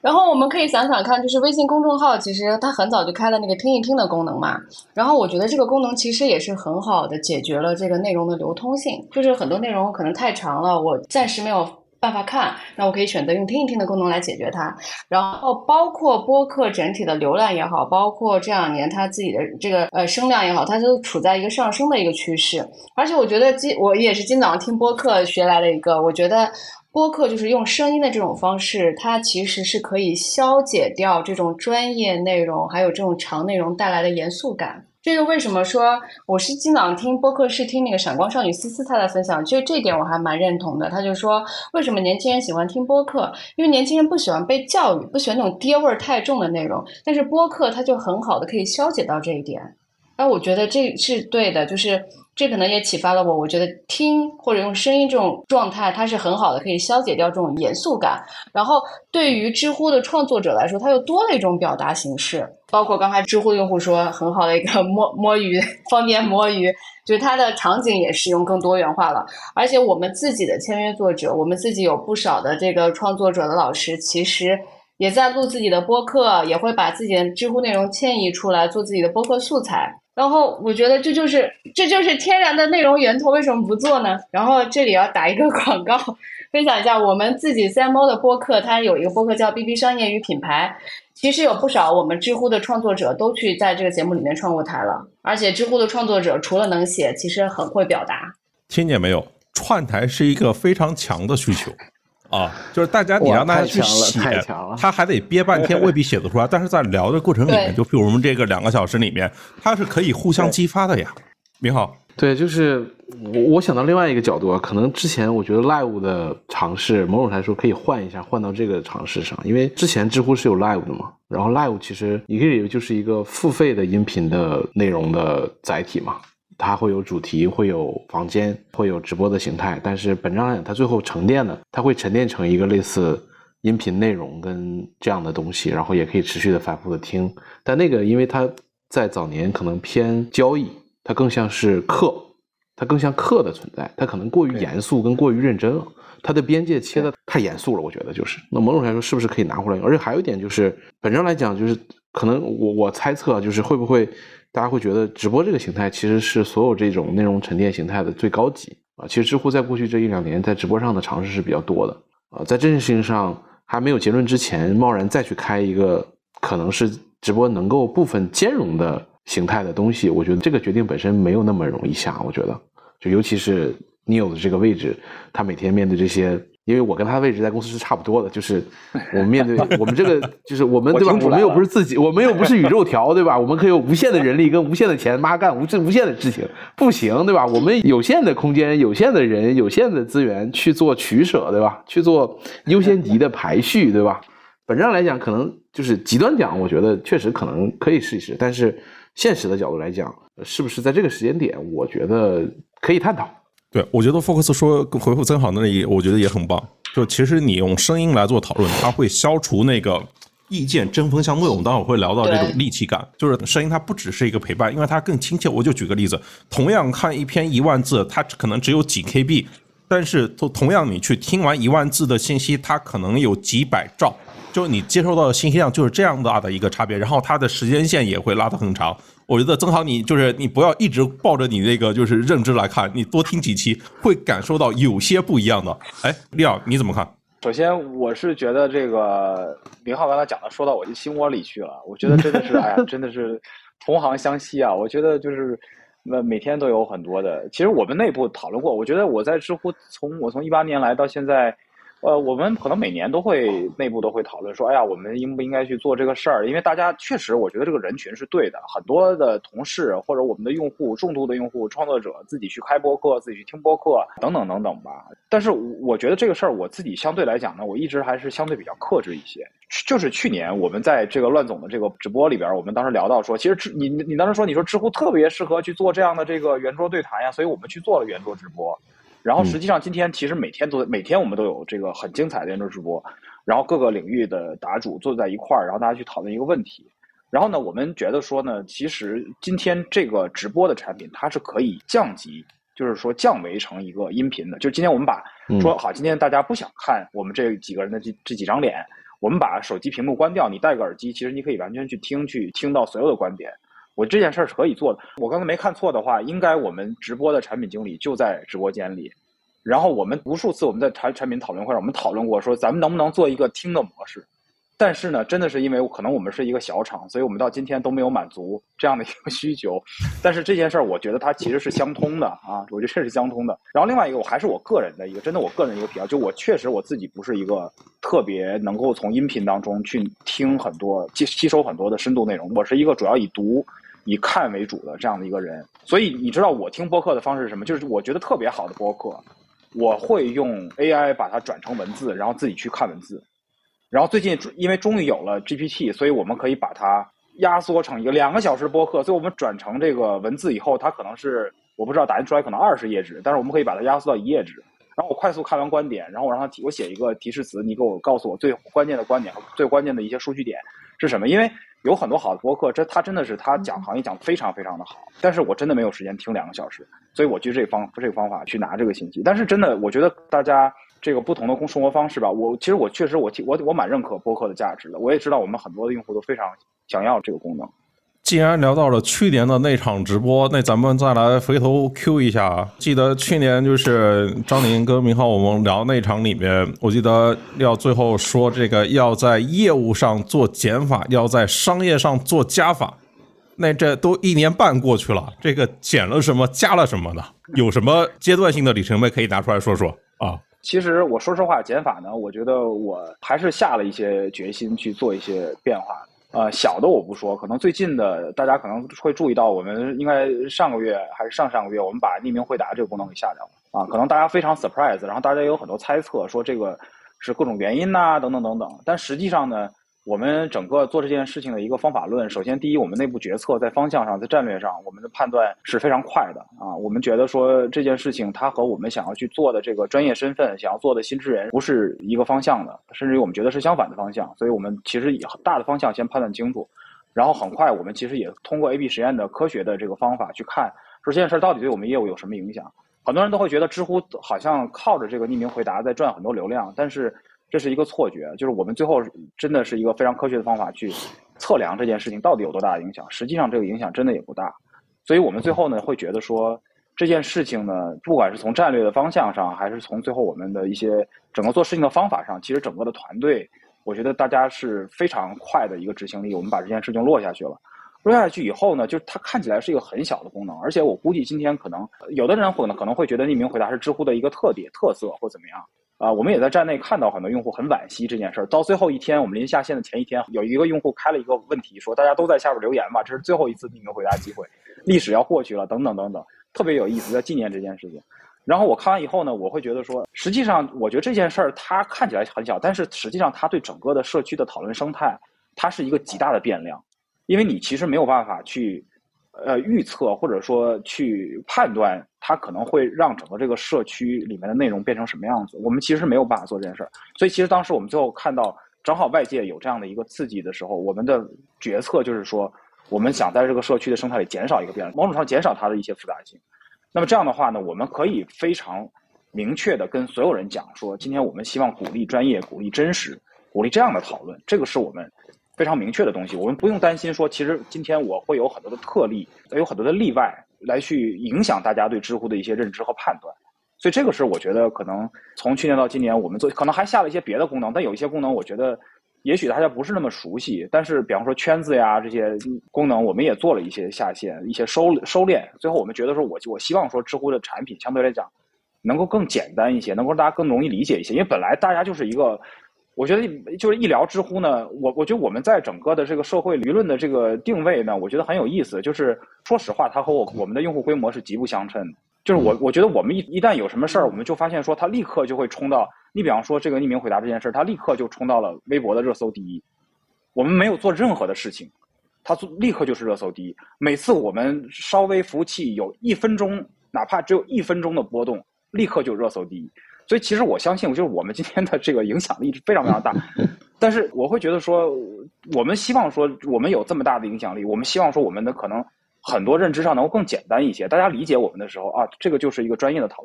然后我们可以想想看，就是微信公众号其实它很早就开了那个听一听的功能嘛，然后我觉得这个功能其实也是很好的解决了这个内容的流通性，就是很多内容可能太长了，我暂时没有办法看，那我可以选择用听一听的功能来解决它。然后包括播客整体的流量也好，包括这两年它自己的这个呃声量也好，它都处在一个上升的一个趋势。而且我觉得今我也是今早上听播客学来的一个，我觉得播客就是用声音的这种方式，它其实是可以消解掉这种专业内容还有这种长内容带来的严肃感。这是为什么说我是今早上听播客是听那个闪光少女思思她的分享，其实这一点我还蛮认同的。她就说为什么年轻人喜欢听播客，因为年轻人不喜欢被教育，不喜欢那种爹味儿太重的内容，但是播客它就很好的可以消解到这一点。那我觉得这是对的，就是这可能也启发了我，我觉得听或者用声音这种状态它是很好的可以消解掉这种严肃感，然后对于知乎的创作者来说它又多了一种表达形式，包括刚才知乎用户说很好的一个摸摸鱼方便摸鱼，就是它的场景也使用更多元化了。而且我们自己的签约作者，我们自己有不少的这个创作者的老师其实也在录自己的播客，也会把自己的知乎内容迁移出来做自己的播客素材。然后我觉得这就是这就是天然的内容源头，为什么不做呢？然后这里要打一个广告，分享一下我们自己 C M O 的播客，它有一个播客叫 B B 商业与品牌，其实有不少我们知乎的创作者都去在这个节目里面创过台了，而且知乎的创作者除了能写，其实很会表达。 听见没有？串台是一个非常强的需求。啊，就是大家你让大家去写，他还得憋半天，未必写得出来。但是在聊的过程里面，就比如我们这个两个小时里面，它是可以互相激发的呀。明浩， 对，就是我我想到另外一个角度啊，可能之前我觉得 live 的尝试，某种来说可以换一下，换到这个尝试上，因为之前知乎是有 live 的嘛，然后 live 其实你可以理解就是一个付费的音频的内容的载体嘛。它会有主题，会有房间，会有直播的形态，但是本质上来讲它最后沉淀的，它会沉淀成一个类似音频内容跟这样的东西，然后也可以持续的反复的听。但那个因为它在早年可能偏交易，它更像是课，它更像课的存在，它可能过于严肃跟过于认真了，它的边界切的太严肃了，我觉得就是那某种来说是不是可以拿回来。而且还有一点就是本质上来讲就是可能我我猜测就是会不会大家会觉得直播这个形态其实是所有这种内容沉淀形态的最高级啊。其实知乎在过去这一两年在直播上的尝试是比较多的啊。在这件事情上还没有结论之前，贸然再去开一个可能是直播能够部分兼容的形态的东西，我觉得这个决定本身没有那么容易下。我觉得就尤其是 Neil 的这个位置，他每天面对这些。因为我跟他的位置在公司是差不多的，就是我们面对我们这个就是我们对吧，我们又不是自己，我们又不是宇宙条对吧，我们可以有无限的人力跟无限的钱妈干无无限的事情，不行对吧，我们有限的空间，有限的人，有限的资源去做取舍对吧，去做优先级的排序对吧。本质上来讲可能就是极端讲我觉得确实可能可以试一试，但是现实的角度来讲是不是在这个时间点我觉得可以探讨。 对，我觉得 Focus 说回复曾好那里，我觉得也很棒。就其实你用声音来做讨论，它会消除那个意见针锋相对。我们待会儿会聊到这种戾气感，就是声音它不只是一个陪伴，因为它更亲切。我就举个例子，同样看一篇一万字，它可能只有几 K B， 但是同样你去听完一万字的信息，它可能有几百兆。就你接收到的信息量就是这样大的一个差别，然后它的时间线也会拉得很长。我觉得正好你就是你不要一直抱着你那个就是认知来看，你多听几期会感受到有些不一样的。哎，利奥你怎么看？ 首先我是觉得这个明浩刚才讲的说到我的心窝里去了，我觉得真的是哎呀真的是同行相惜啊。我觉得就是每天都有很多的，其实我们内部讨论过，我觉得我在知乎从我从一八年来到现在，呃，我们可能每年都会内部都会讨论说，哎呀，我们应不应该去做这个事儿？因为大家确实，我觉得这个人群是对的，很多的同事或者我们的用户、重度的用户、创作者自己去开播客、自己去听播客等等等等吧。但是我觉得这个事儿我自己相对来讲呢，我一直还是相对比较克制一些。就是去年我们在这个乱总的这个直播里边，我们当时聊到说，其实你你当时说你说知乎特别适合去做这样的这个圆桌对谈呀，所以我们去做了圆桌直播。然后实际上今天其实每天都每天我们都有这个很精彩的圆桌直播，然后各个领域的答主坐在一块儿，然后大家去讨论一个问题。然后呢，我们觉得说呢，其实今天这个直播的产品它是可以降级，就是说降维成一个音频的。就是今天我们把说好，今天大家不想看我们这几个人的这这几张脸， 我们把手机屏幕关掉，你戴个耳机，其实你可以完全去听，去听到所有的观点。我这件事儿是可以做的。我刚才没看错的话，应该我们直播的产品经理就在直播间里。然后我们无数次我们在产产品讨论会上，我们讨论过说咱们能不能做一个听的模式。但是呢，真的是因为可能我们是一个小厂，所以我们到今天都没有满足这样的一个需求。但是这件事儿，我觉得它其实是相通的啊，我觉得这是相通的。然后另外一个，我还是我个人的一个，真的我个人的一个癖好，就我确实我自己不是一个特别能够从音频当中去听很多、吸吸收很多的深度内容。我是一个主要以读、以看为主的这样的一个人。所以你知道我听播客的方式是什么？就是我觉得特别好的播客，我会用 A I 把它转成文字，然后自己去看文字。然后最近因为终于有了 G P T， 所以我们可以把它压缩成一个两个小时播客，所以我们转成这个文字以后，它可能是我不知道打印出来可能二十页纸，但是我们可以把它压缩到一页纸。然后我快速看完观点，然后我让他提我写一个提示词，你给我告诉我最关键的观点和最关键的一些数据点是什么？因为有很多好的播客，这他真的是他讲行业讲得非常非常的好，但是我真的没有时间听两个小时，所以我就这个方这个方法去拿这个信息。但是真的，我觉得大家这个不同的生活方式吧，我其实我确实我我我蛮认可播客的价值的，我也知道我们很多的用户都非常想要这个功能。 既然聊到了去年的那场直播，那咱们再来回头 Q 一下。记得去年就是张宁跟明浩我们聊那场里面，我记得要最后说这个要在业务上做减法，要在商业上做加法。那这都一年半过去了，这个减了什么加了什么呢？有什么阶段性的里程碑可以拿出来说说啊？ 其实我说实话，减法呢，我觉得我还是下了一些决心去做一些变化。呃，小的我不说，可能最近的大家可能会注意到，我们应该上个月还是上上个月，我们把匿名回答这个功能给下掉了啊。可能大家非常 surprise， 然后大家也有很多猜测，说这个是各种原因呐、啊，等等等等。但实际上呢，我们整个做这件事情的一个方法论，首先第一，我们内部决策在方向上，在战略上，我们的判断是非常快的啊。我们觉得说这件事情它和我们想要去做的这个专业身份，想要做的新知人不是一个方向的，甚至于我们觉得是相反的方向。所以我们其实以大的方向先判断清楚，然后很快我们其实也通过 A B 实验的科学的这个方法去看，说这件事到底对我们业务有什么影响。很多人都会觉得知乎好像靠着这个匿名回答在赚很多流量，但是这是一个错觉，就是我们最后真的是一个非常科学的方法去测量这件事情到底有多大的影响，实际上这个影响真的也不大。所以我们最后呢会觉得说这件事情呢，不管是从战略的方向上，还是从最后我们的一些整个做事情的方法上，其实整个的团队我觉得大家是非常快的一个执行力，我们把这件事情落下去了。落下去以后呢，就是它看起来是一个很小的功能，而且我估计今天可能有的人可能可能会觉得匿名回答是知乎的一个特点特色或怎么样啊、呃，我们也在站内看到很多用户很惋惜这件事儿。到最后一天，我们临下线的前一天，有一个用户开了一个问题，说大家都在下边留言吧，这是最后一次匿名回答机会，历史要过去了，等等等等，特别有意思，在纪念这件事情。然后我看完以后呢，我会觉得说，实际上我觉得这件事儿它看起来很小，但是实际上它对整个的社区的讨论生态，它是一个极大的变量。因为你其实没有办法去呃预测或者说去判断它可能会让整个这个社区里面的内容变成什么样子，我们其实没有办法做这件事儿。所以其实当时我们最后看到正好外界有这样的一个刺激的时候，我们的决策就是说我们想在这个社区的生态里减少一个变量，某种程度上减少它的一些复杂性。那么这样的话呢，我们可以非常明确的跟所有人讲说，今天我们希望鼓励专业，鼓励真实，鼓励这样的讨论，这个是我们非常明确的东西。我们不用担心说其实今天我会有很多的特例，有很多的例外来去影响大家对知乎的一些认知和判断。所以这个是我觉得可能从去年到今年我们做可能还下了一些别的功能，但有一些功能我觉得也许大家不是那么熟悉，但是比方说圈子呀这些功能我们也做了一些下线，一些收收敛。最后我们觉得说我我希望说知乎的产品相对来讲能够更简单一些，能够大家更容易理解一些。因为本来大家就是一个，我觉得就是一聊知乎呢，我我觉得我们在整个的这个社会舆论的这个定位呢，我觉得很有意思。就是说实话，它和我我们的用户规模是极不相称的。就是我我觉得我们一一旦有什么事儿，我们就发现说它立刻就会冲到，你比方说这个匿名回答这件事，它立刻就冲到了微博的热搜第一。我们没有做任何的事情，它立刻就是热搜第一。每次我们稍微服务器有一分钟，哪怕只有一分钟的波动，立刻就热搜第一。所以其实我相信，就是我们今天的这个影响力是非常非常大。但是我会觉得说，我们希望说我们有这么大的影响力，我们希望说我们的可能很多认知上能够更简单一些，大家理解我们的时候啊，这个就是一个专业的讨论场，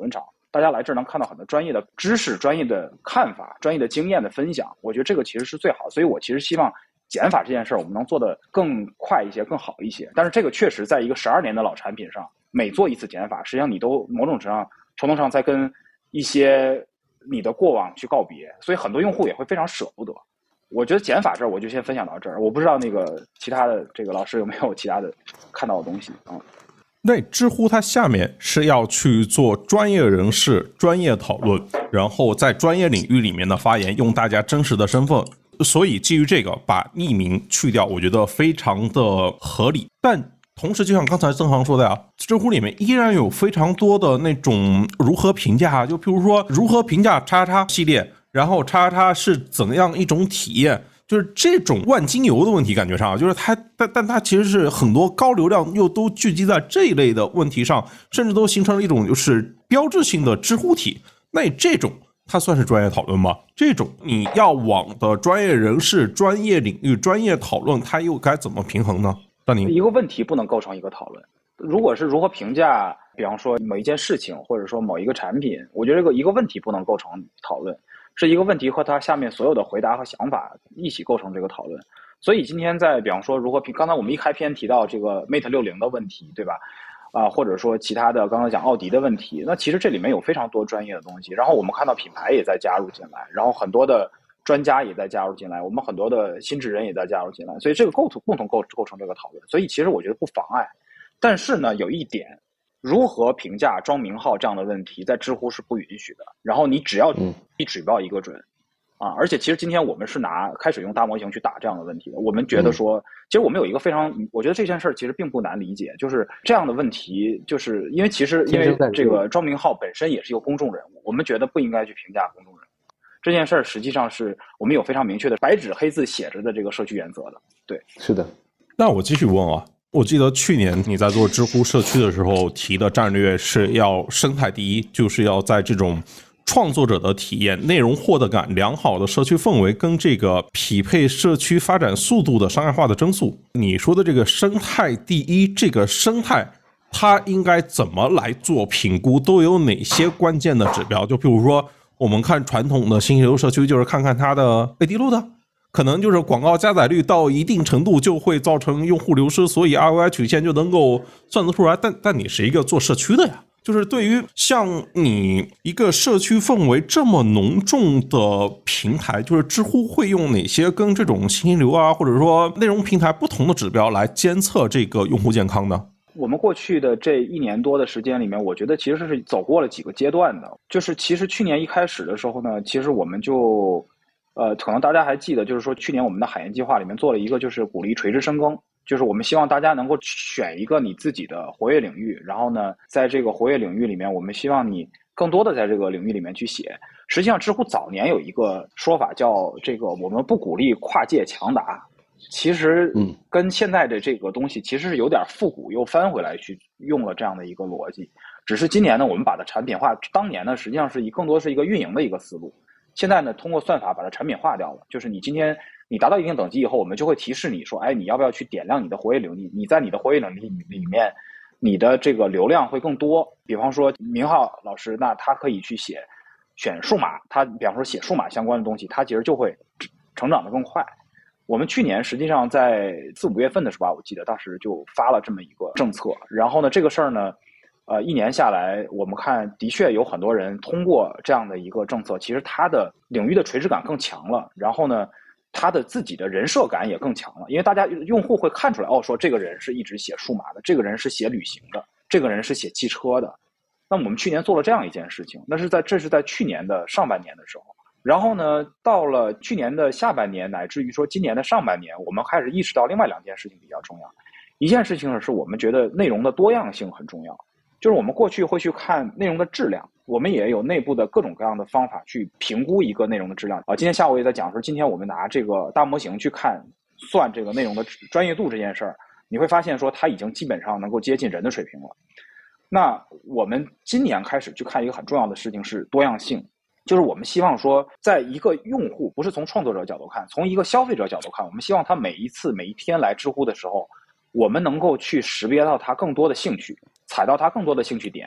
大家来这儿能看到很多专业的知识、专业的看法、专业的经验的分享，我觉得这个其实是最好的。所以我其实希望减法这件事儿我们能做得更快一些、更好一些。但是这个确实在一个十二年的老产品上，每做一次减法，实际上你都某种程度上程度上在跟一些你的过往去告别，所以很多用户也会非常舍不得。我觉得减法这儿我就先分享到这儿，我不知道那个其他的这个老师有没有其他的看到的东西啊？ 那知乎它下面是要去做专业人士专业讨论，然后在专业领域里面的发言用大家真实的身份，所以基于这个把匿名去掉，我觉得非常的合理。但同时就像刚才曾航说的呀，知乎里面依然有非常多的那种如何评价，就譬如说如何评价叉叉系列，然后叉叉是怎样一种体验，就是这种万金油的问题，感觉上就是它，但但它其实是很多高流量又都聚集在这一类的问题上，甚至都形成了一种就是标志性的知乎体。那这种它算是专业讨论吗？这种你要往的专业人士、专业领域、专业讨论，它又该怎么平衡呢？让您一个问题不能构成一个讨论。如果是如何评价，比方说某一件事情，或者说某一个产品，我觉得这个一个问题不能构成讨论。是一个问题和它下面所有的回答和想法一起构成这个讨论。所以今天在比方说如何评，刚才我们一开篇提到这个 Mate 六十的问题，对吧？啊、呃，或者说其他的刚才讲奥迪的问题，那其实这里面有非常多专业的东西。然后我们看到品牌也在加入进来，然后很多的专家也在加入进来，我们很多的新智人也在加入进来，所以这个构共同构构成这个讨论。所以其实我觉得不妨碍，但是呢，有一点。如何评价装名号这样的问题，在知乎是不允许的。然后你只要一举报一个准，嗯、啊！而且其实今天我们是拿开始用大模型去打这样的问题的。我们觉得说，嗯、其实我们有一个非常，我觉得这件事儿其实并不难理解，就是这样的问题，就是因为其实因为这个装名号本身也是一个公众人物，我们觉得不应该去评价公众人物这件事儿，实际上是我们有非常明确的白纸黑字写着的这个社区原则的。对， 是的。 那我继续问啊。我记得去年你在做知乎社区的时候提的战略是要生态第一，就是要在这种创作者的体验、内容获得感良好的社区氛围跟这个匹配社区发展速度的商业化的增速。你说的这个生态第一，这个生态它应该怎么来做评估，都有哪些关键的指标？就比如说我们看传统的新流社区，就是看看它的 A D load，可能就是广告加载率到一定程度就会造成用户流失，所以 R O I 曲线就能够算得出来。但但你是一个做社区的呀，就是对于像你一个社区氛围这么浓重的平台，就是知乎会用哪些跟这种信息流啊，或者说内容平台不同的指标来监测这个用户健康呢？ 我们过去的这一年多的时间里面，我觉得其实是走过了几个阶段的。就是其实去年一开始的时候呢，其实我们就呃，可能大家还记得，就是说去年我们的海盐计划里面做了一个，就是鼓励垂直深耕，就是我们希望大家能够选一个你自己的活跃领域，然后呢，在这个活跃领域里面，我们希望你更多的在这个领域里面去写。实际上，知乎早年有一个说法叫这个我们不鼓励跨界强打，其实嗯，跟现在的这个东西其实是有点复古又翻回来去用了这样的一个逻辑。只是今年呢，我们把它产品化，当年呢实际上是以更多是一个运营的一个思路。现在呢，通过算法把它产品化掉了。就是你今天你达到一定等级以后，我们就会提示你说，哎，你要不要去点亮你的活跃领域？你在你的活跃领域里面，你的这个流量会更多。比方说明浩老师，那他可以去写选数码，他比方说写数码相关的东西，他其实就会成长得更快。我们去年实际上在四五月份的时候吧，我记得当时就发了这么一个政策。然后呢，这个事儿呢。呃，一年下来，我们看的确有很多人通过这样的一个政策，其实他的领域的垂直感更强了，然后呢，他的自己的人设感也更强了，因为大家用户会看出来，哦，说这个人是一直写数码的，这个人是写旅行的，这个人是写汽车的。那我们去年做了这样一件事情，那是在这是在去年的上半年的时候，然后呢，到了去年的下半年，乃至于说今年的上半年，我们开始意识到另外两件事情比较重要。一件事情是我们觉得内容的多样性很重要。就是我们过去会去看内容的质量，我们也有内部的各种各样的方法去评估一个内容的质量啊。今天下午也在讲说，今天我们拿这个大模型去看算这个内容的专业度这件事儿，你会发现说它已经基本上能够接近人的水平了。那我们今年开始去看一个很重要的事情是多样性，就是我们希望说，在一个用户不是从创作者角度看，从一个消费者角度看，我们希望他每一次每一天来知乎的时候，我们能够去识别到他更多的兴趣，踩到他更多的兴趣点，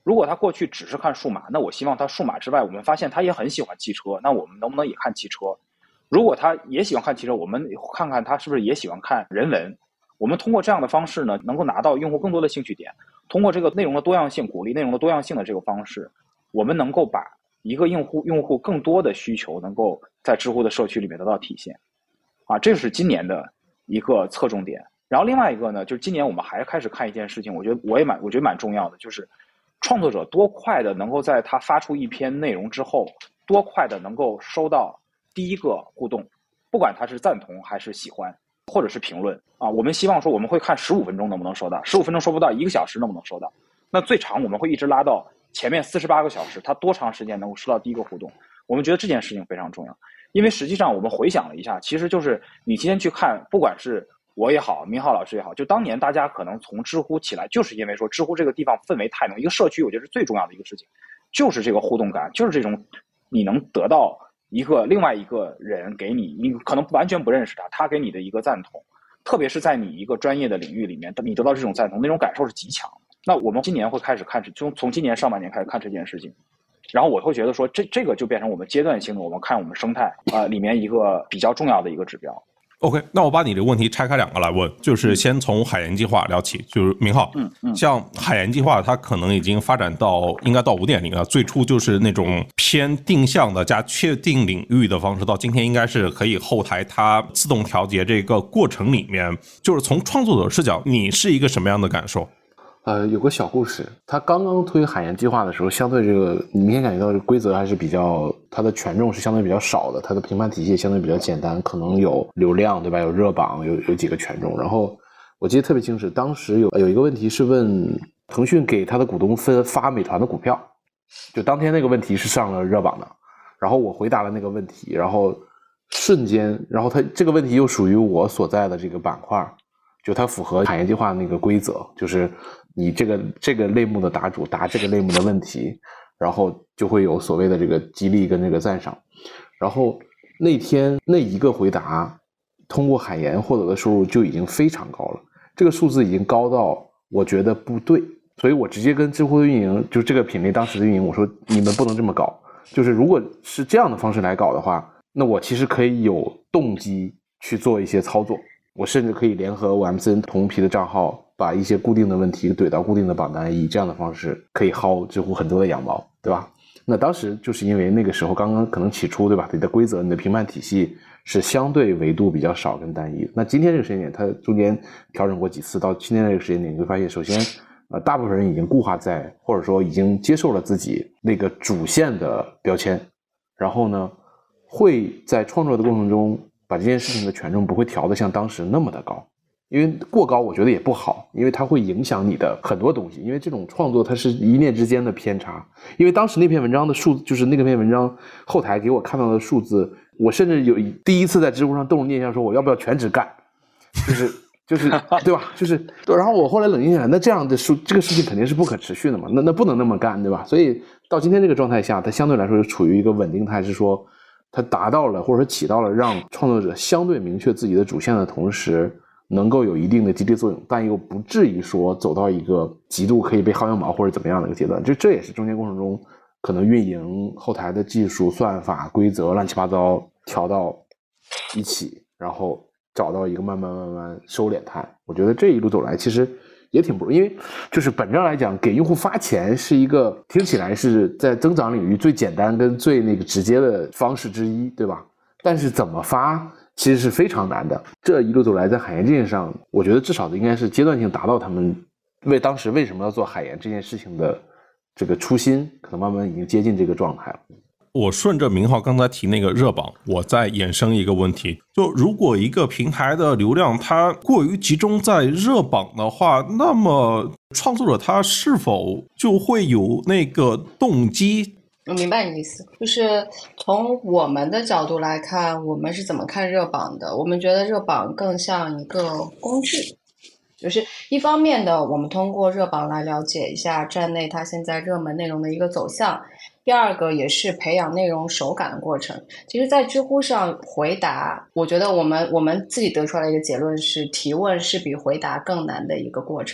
如果他过去只是看数码，那我希望他数码之外，我们发现他也很喜欢汽车，那我们能不能也看汽车？如果他也喜欢看汽车，我们看看他是不是也喜欢看人文。我们通过这样的方式呢，能够拿到用户更多的兴趣点。通过这个内容的多样性，鼓励内容的多样性的这个方式，我们能够把一个用户用户更多的需求能够在知乎的社区里面得到体现。啊，这是今年的一个侧重点。然后另外一个呢，就是今年我们还开始看一件事情，我觉得我也蛮我觉得蛮重要的，就是创作者多快的能够在他发出一篇内容之后，多快的能够收到第一个互动，不管他是赞同还是喜欢，或者是评论啊。我们希望说我们会看十五分钟能不能收到，十五分钟收不到，一个小时能不能收到？那最长我们会一直拉到前面四十八个小时，他多长时间能够收到第一个互动？我们觉得这件事情非常重要，因为实际上我们回想了一下，其实就是你今天去看，不管是我也好，明浩老师也好，就当年大家可能从知乎起来，就是因为说知乎这个地方氛围太浓，一个社区我觉得是最重要的一个事情，就是这个互动感，就是这种你能得到一个另外一个人给你，你可能完全不认识他，他给你的一个赞同，特别是在你一个专业的领域里面，你得到这种赞同，那种感受是极强的。那我们今年会开始看，从从今年上半年开始看这件事情，然后我会觉得说，这这个就变成我们阶段性的，我们看我们生态啊、呃、里面一个比较重要的一个指标。 OK， 那我把你的问题拆开两个来问，就是先从海盐计划聊起。就是明浩， 嗯嗯， 像海盐计划，它可能已经发展到应该到 五点零 了。最初就是那种偏定向的加确定领域的方式，到今天应该是可以后台它自动调节这个过程里面，就是从创作者视角，你是一个什么样的感受？ 呃，有个小故事，他刚刚推海盐计划的时候，相对这个你明显感觉到规则还是比较，它的权重是相对比较少的，它的评判体系相对比较简单，可能有流量，对吧？有热榜，有有几个权重。然后我记得特别清楚，当时有有一个问题是问腾讯给他的股东分发美团的股票，就当天那个问题是上了热榜的，然后我回答了那个问题，然后瞬间，然后他这个问题又属于我所在的这个板块，就它符合海盐计划那个规则，就是你这个这个类目的答主答这个类目的问题，然后就会有所谓的这个激励跟这个赞赏。然后那天那一个回答通过海盐获得的收入就已经非常高了，这个数字已经高到我觉得不对，所以我直接跟知乎的运营，就这个品类当时的运营，我说你们不能这么搞，就是如果是这样的方式来搞的话，那我其实可以有动机去做一些操作，我甚至可以联合我 M C N 同批的账号，把一些固定的问题怼到固定的榜单，以这样的方式可以薅知乎很多的羊毛，对吧？那当时就是因为那个时候刚刚可能起初，对吧？你的规则、你的评判体系是相对维度比较少跟单一的。那今天这个时间点，它中间调整过几次，到今天这个时间点，你会发现，首先，呃，大部分人已经固化在，或者说已经接受了自己那个主线的标签，然后呢，会在创作的过程中，把这件事情的权重不会调得像当时那么的高，因为过高我觉得也不好，因为它会影响你的很多东西，因为这种创作它是一念之间的偏差。因为当时那篇文章的数，就是那篇文章后台给我看到的数字，我甚至有第一次在知乎上动了念想，说我要不要全职干，就是就是对吧？就是，然后我后来冷静下来，那这样的数这个事情肯定是不可持续的嘛，那那不能那么干，对吧？所以到今天这个状态下，它相对来说是处于一个稳定态，是说它达到了或者说起到了让创作者相对明确自己的主线的同时，能够有一定的激励作用，但又不至于说走到一个极度可以被薅羊毛或者怎么样的一个阶段。这这也是中间过程中可能运营后台的技术、算法、规则乱七八糟调到一起，然后找到一个慢慢慢慢收敛态。我觉得这一路走来其实也挺不容易，因为就是本质上来讲，给用户发钱是一个听起来是在增长领域最简单跟最那个直接的方式之一，对吧？但是怎么发其实是非常难的。这一路走来，在海盐这件事上，我觉得至少应该是阶段性达到他们为当时为什么要做海盐这件事情的这个初心，可能慢慢已经接近这个状态了。 我顺着明浩刚才提那个热榜，我再衍生一个问题，就如果一个平台的流量它过于集中在热榜的话，那么创作者他是否就会有那个动机？ 我明白你的意思，就是从我们的角度来看，我们是怎么看热榜的？我们觉得热榜更像一个工具，就是一方面的，我们通过热榜来了解一下站内它现在热门内容的一个走向；第二个也是培养内容手感的过程。其实，在知乎上回答，我觉得我们我们自己得出来的一个结论是，提问是比回答更难的一个过程。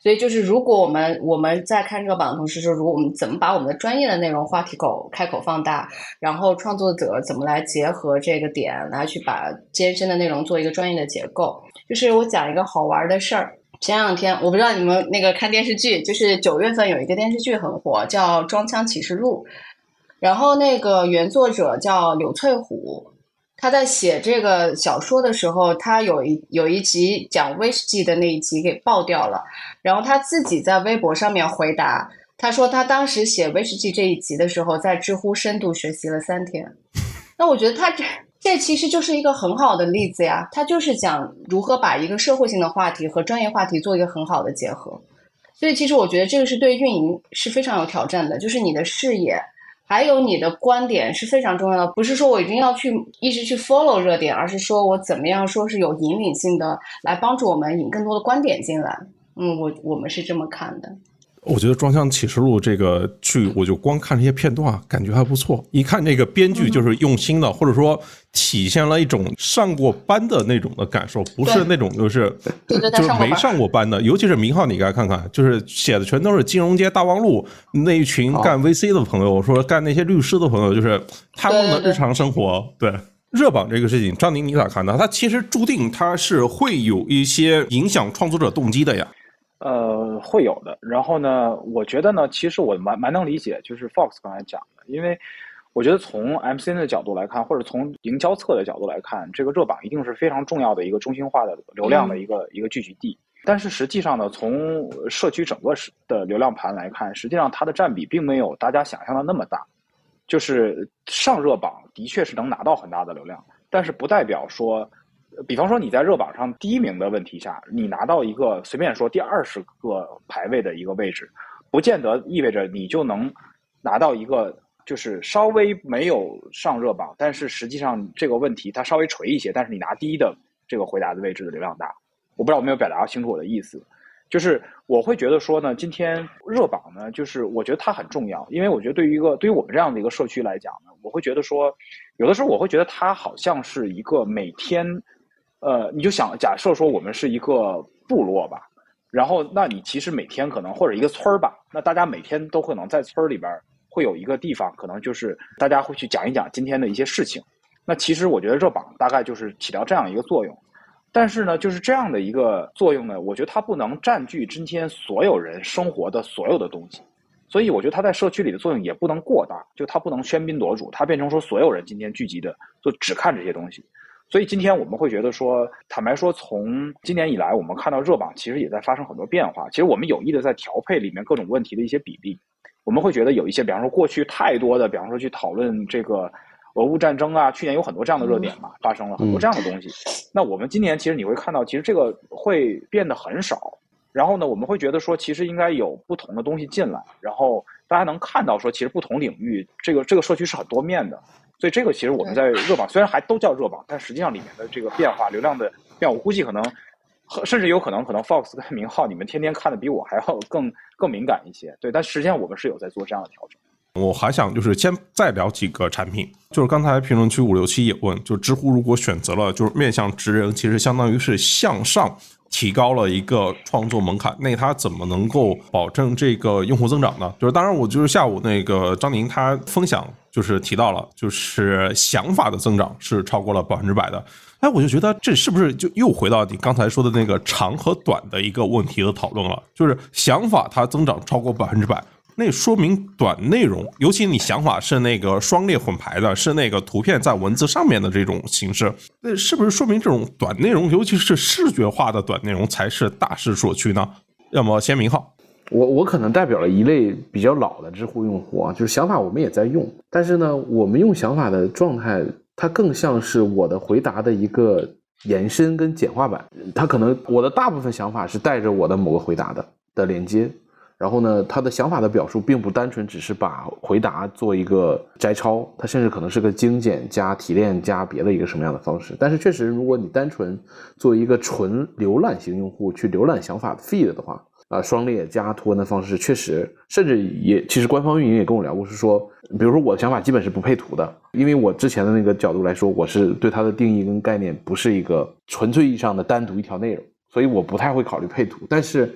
所以就是如果我们我们在看热榜的同时说，如果我们怎么把我们的专业的内容话题口开口放大，然后创作者怎么来结合这个点来去把艰深的内容做一个专业的结构。就是我讲一个好玩的事儿，前两天我不知道你们那个看电视剧，就是九月份有一个电视剧很火，叫《装腔启示录》，然后那个原作者叫柳翠虎。他在写这个小说的时候，他有一有一集讲威士忌的那一集给爆掉了，然后他自己在微博上面回答，他说他当时写威士忌这一集的时候，在知乎深度学习了三天。那我觉得他这这其实就是一个很好的例子呀，他就是讲如何把一个社会性的话题和专业话题做一个很好的结合。所以其实我觉得这个是对运营是非常有挑战的，就是你的视野还有你的观点是非常重要的，不是说我一定要去一直去 follow 热点，而是说我怎么样说是有引领性的，来帮助我们引更多的观点进来。嗯，我我们是这么看的。 我觉得《装腔启示录》这个剧，我就光看这些片段，感觉还不错。一看这个编剧就是用心的，嗯、或者说体现了一种上过班的那种的感受，不是那种就是就是没上过班的。尤其是明浩，你该看看，就是写的全都是金融街大望路那一群干 V C 的朋友，说干那些律师的朋友，就是他们的日常生活。对。对对热榜这个事情，张宁你咋看呢？它其实注定它是会有一些影响创作者动机的呀。 呃，会有的。然后呢，我觉得呢，其实我蛮蛮能理解，就是 Fox 刚才讲的，因为我觉得从 M C N 的角度来看，或者从营销侧的角度来看，这个热榜一定是非常重要的一个中心化的流量的一个、嗯、一个聚集地。但是实际上呢，从社区整个的流量盘来看，实际上它的占比并没有大家想象的那么大。就是上热榜的确是能拿到很大的流量，但是不代表说，比方说你在热榜上第一名的问题下，你拿到一个随便说第二十个排位的一个位置，不见得意味着你就能拿到一个就是稍微没有上热榜，但是实际上这个问题它稍微垂一些，但是你拿第一的这个回答的位置的流量大。我不知道我没有表达清楚我的意思。就是我会觉得说呢，今天热榜呢，就是我觉得它很重要，因为我觉得对于一个对于我们这样的一个社区来讲呢，我会觉得说，有的时候我会觉得它好像是一个每天，呃，你就想假设说我们是一个部落吧，然后那你其实每天可能或者一个村儿吧，那大家每天都可能在村里边会有一个地方，可能就是大家会去讲一讲今天的一些事情。那其实我觉得热榜大概就是起到这样一个作用。但是呢，就是这样的一个作用呢，我觉得它不能占据今天所有人生活的所有的东西，所以我觉得它在社区里的作用也不能过大，就它不能喧宾夺主，它变成说所有人今天聚集的就只看这些东西。所以今天我们会觉得说，坦白说，从今年以来，我们看到热榜其实也在发生很多变化。其实我们有意的在调配里面各种问题的一些比例，我们会觉得有一些，比方说过去太多的，比方说去讨论这个俄乌战争啊，去年有很多这样的热点嘛，嗯、发生了很多这样的东西。嗯、那我们今年其实你会看到，其实这个会变得很少。然后呢，我们会觉得说，其实应该有不同的东西进来，然后大家能看到说，其实不同领域这个这个社区是很多面的。所以这个其实我们在热榜虽然还都叫热榜，但实际上里面的这个变化、流量的变化，我估计可能，甚至有可能可能 Fox 跟明浩你们天天看的比我还要更更敏感一些。对，但实际上我们是有在做这样的调整。 我还想就是先再聊几个产品，就是刚才评论区五六七也问，就知乎如果选择了就是面向职人，其实相当于是向上提高了一个创作门槛，那它怎么能够保证这个用户增长呢？就是当然我就是下午那个张宁他分享就是提到了，就是想法的增长是超过了百分之百的。哎，我就觉得这是不是就又回到你刚才说的那个长和短的一个问题的讨论了？就是想法它增长超过百分之百。那说明短内容，尤其你想法是那个双列混排的，是那个图片在文字上面的这种形式，那是不是说明这种短内容，尤其是视觉化的短内容才是大势所趋呢？要么先明浩。 我我可能代表了一类比较老的知乎用户啊，就是想法我们也在用，但是呢，我们用想法的状态，它更像是我的回答的一个延伸跟简化版，它可能我的大部分想法是带着我的某个回答的的连接。然后呢，他的想法的表述并不单纯只是把回答做一个摘抄，它甚至可能是个精简加提炼加别的一个什么样的方式。但是确实，如果你单纯做一个纯浏览型用户去浏览想法的 feed 的话，啊、呃，双列加图文的方式确实，甚至也其实官方运营也跟我聊过，是说，比如说我的想法基本是不配图的，因为我之前的那个角度来说，我是对它的定义跟概念不是一个纯粹意义上的单独一条内容，所以我不太会考虑配图，但是。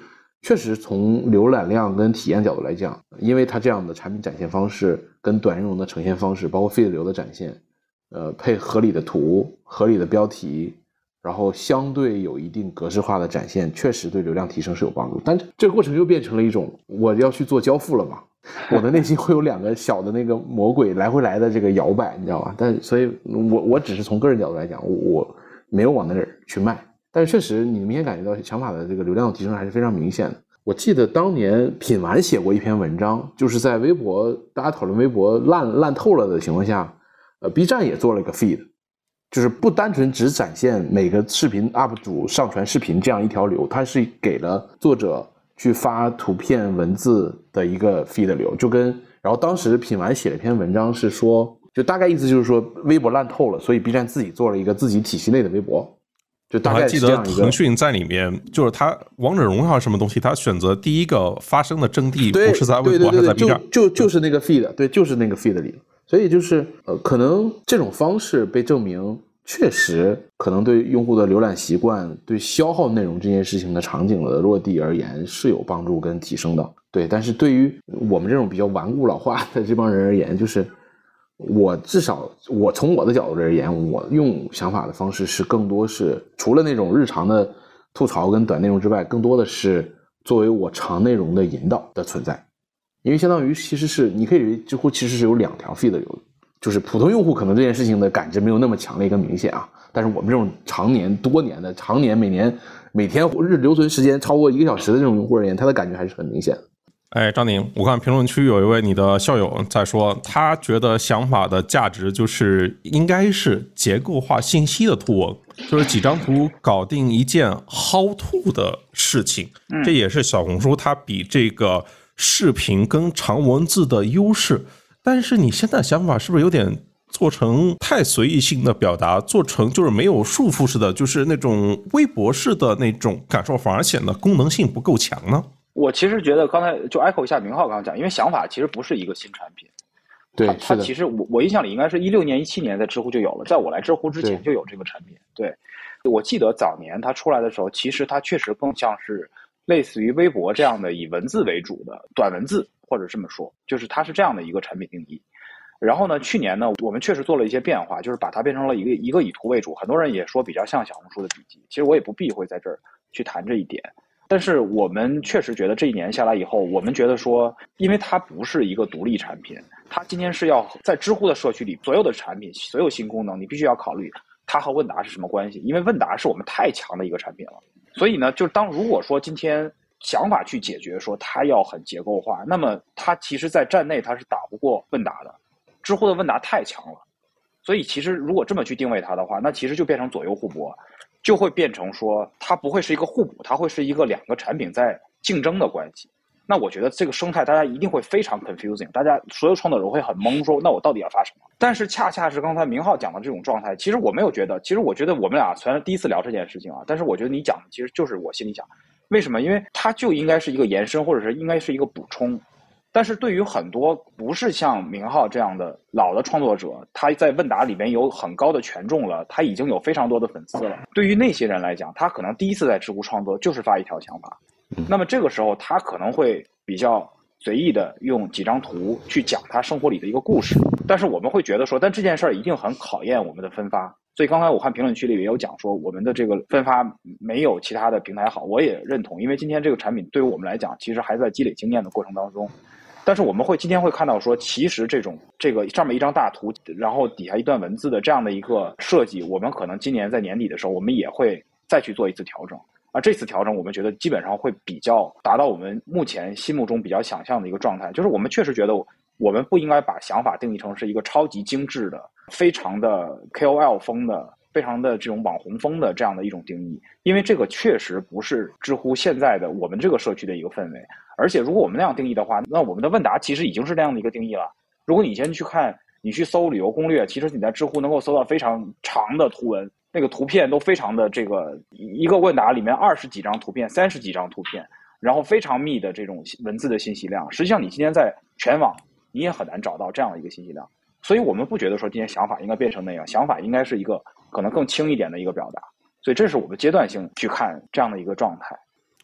确实从浏览量跟体验角度来讲，因为它这样的产品展现方式跟短内容的呈现方式，包括 feed 流的展现，呃，配合理的图、合理的标题，然后相对有一定格式化的展现，确实对流量提升是有帮助。但这个过程又变成了一种我要去做交付了嘛，我的内心会有两个小的那个魔鬼来回来的这个摇摆，你知道吧？但所以我我只是从个人角度来讲，我我没有往那儿去卖。但是确实你明显感觉到想法的这个流量提升还是非常明显的。我记得当年品玩写过一篇文章，就是在微博大家讨论微博烂烂透了的情况下，呃 B 站也做了一个 feed， 就是不单纯只展现每个视频 U P 主上传视频这样一条流，它是给了作者去发图片文字的一个 feed 流，就跟然后当时品玩写了一篇文章是说，就大概意思就是说微博烂透了，所以 B 站自己做了一个自己体系内的微博。就大概是这样一个。 我还记得腾讯在里面，就是它王者荣耀什么东西，它选择第一个发生的阵地不是在微博，还是在 B 站， 就就就是那个 feed， 对，就是那个 feed 里。所以就是呃，可能这种方式被证明确实可能对用户的浏览习惯、对消耗内容这件事情的场景的落地而言是有帮助跟提升的。对，但是对于我们这种比较顽固老化的这帮人而言，就是我至少我从我的角度而言，我用想法的方式是更多是除了那种日常的吐槽跟短内容之外，更多的是作为我长内容的引导的存在。因为相当于其实是你可以认为知乎其实是有两条 feed 流的，就是普通用户可能这件事情的感知没有那么强烈跟明显啊，但是我们这种常年多年的常年每年每天日留存时间超过一个小时的这种用户而言，他的感觉还是很明显的。 哎，张宁，我看评论区有一位你的校友在说，他觉得想法的价值就是应该是结构化信息的图文，就是几张图搞定一件 how to 的事情，这也是小红书它比这个视频跟长文字的优势。但是你现在想法是不是有点做成太随意性的表达，做成就是没有束缚式的，就是那种微博式的那种感受，反而显得功能性不够强呢？ 我其实觉得刚才就 echo 一下明浩刚刚讲，因为想法其实不是一个新产品， 对， 它它其实我我印象里应该是一六年一七年在知乎就有了，在我来知乎之前就有这个产品。对，对我记得早年它出来的时候，其实它确实更像是类似于微博这样的以文字为主的短文字，或者这么说，就是它是这样的一个产品定义。然后呢，去年呢，我们确实做了一些变化，就是把它变成了一个一个以图为主，很多人也说比较像小红书的笔记。其实我也不避讳在这儿去谈这一点。但是我们确实觉得这一年下来以后，我们觉得说，因为它不是一个独立产品，它今天是要在知乎的社区里，所有的产品、所有新功能，你必须要考虑它和问答是什么关系，因为问答是我们太强的一个产品了。所以呢，就当如果说今天想法去解决说它要很结构化，那么它其实在站内它是打不过问答的，知乎的问答太强了。所以其实如果这么去定位它的话，那其实就变成左右互搏。就会变成说它不会是一个互补，它会是一个两个产品在竞争的关系。那我觉得这个生态大家一定会非常 confusing， 大家所有创作者会很懵，说那我到底要发什么？但是恰恰是刚才明浩讲的这种状态，其实我没有觉得，其实我觉得我们俩虽然第一次聊这件事情啊，但是我觉得你讲的其实就是我心里想，为什么？因为它就应该是一个延伸，或者是应该是一个补充。但是对于很多不是像明浩这样的老的创作者，他在问答里面有很高的权重了，他已经有非常多的粉丝了。对于那些人来讲，他可能第一次在知乎创作就是发一条想法，那么这个时候他可能会比较随意的用几张图去讲他生活里的一个故事。但是我们会觉得说，但这件事儿一定很考验我们的分发。所以刚才我看评论区里也有讲说，我们的这个分发没有其他的平台好，我也认同，因为今天这个产品对于我们来讲，其实还在积累经验的过程当中。但是我们会今天会看到说，其实这种这个上面一张大图，然后底下一段文字的这样的一个设计，我们可能今年在年底的时候，我们也会再去做一次调整。而这次调整，我们觉得基本上会比较达到我们目前心目中比较想象的一个状态，就是我们确实觉得我们不应该把想法定义成是一个超级精致的、非常的 K O L 风的、非常的这种网红风的这样的一种定义，因为这个确实不是知乎现在的我们这个社区的一个氛围。而且如果我们那样定义的话，那我们的问答其实已经是这样的一个定义了。如果你先去看，你去搜旅游攻略，其实你在知乎能够搜到非常长的图文，那个图片都非常的这个一个问答里面二十几张图片、三十几张图片，然后非常密的这种文字的信息量。实际上你今天在全网你也很难找到这样的一个信息量。所以我们不觉得说今天想法应该变成那样，想法应该是一个可能更轻一点的一个表达。所以这是我们阶段性去看这样的一个状态。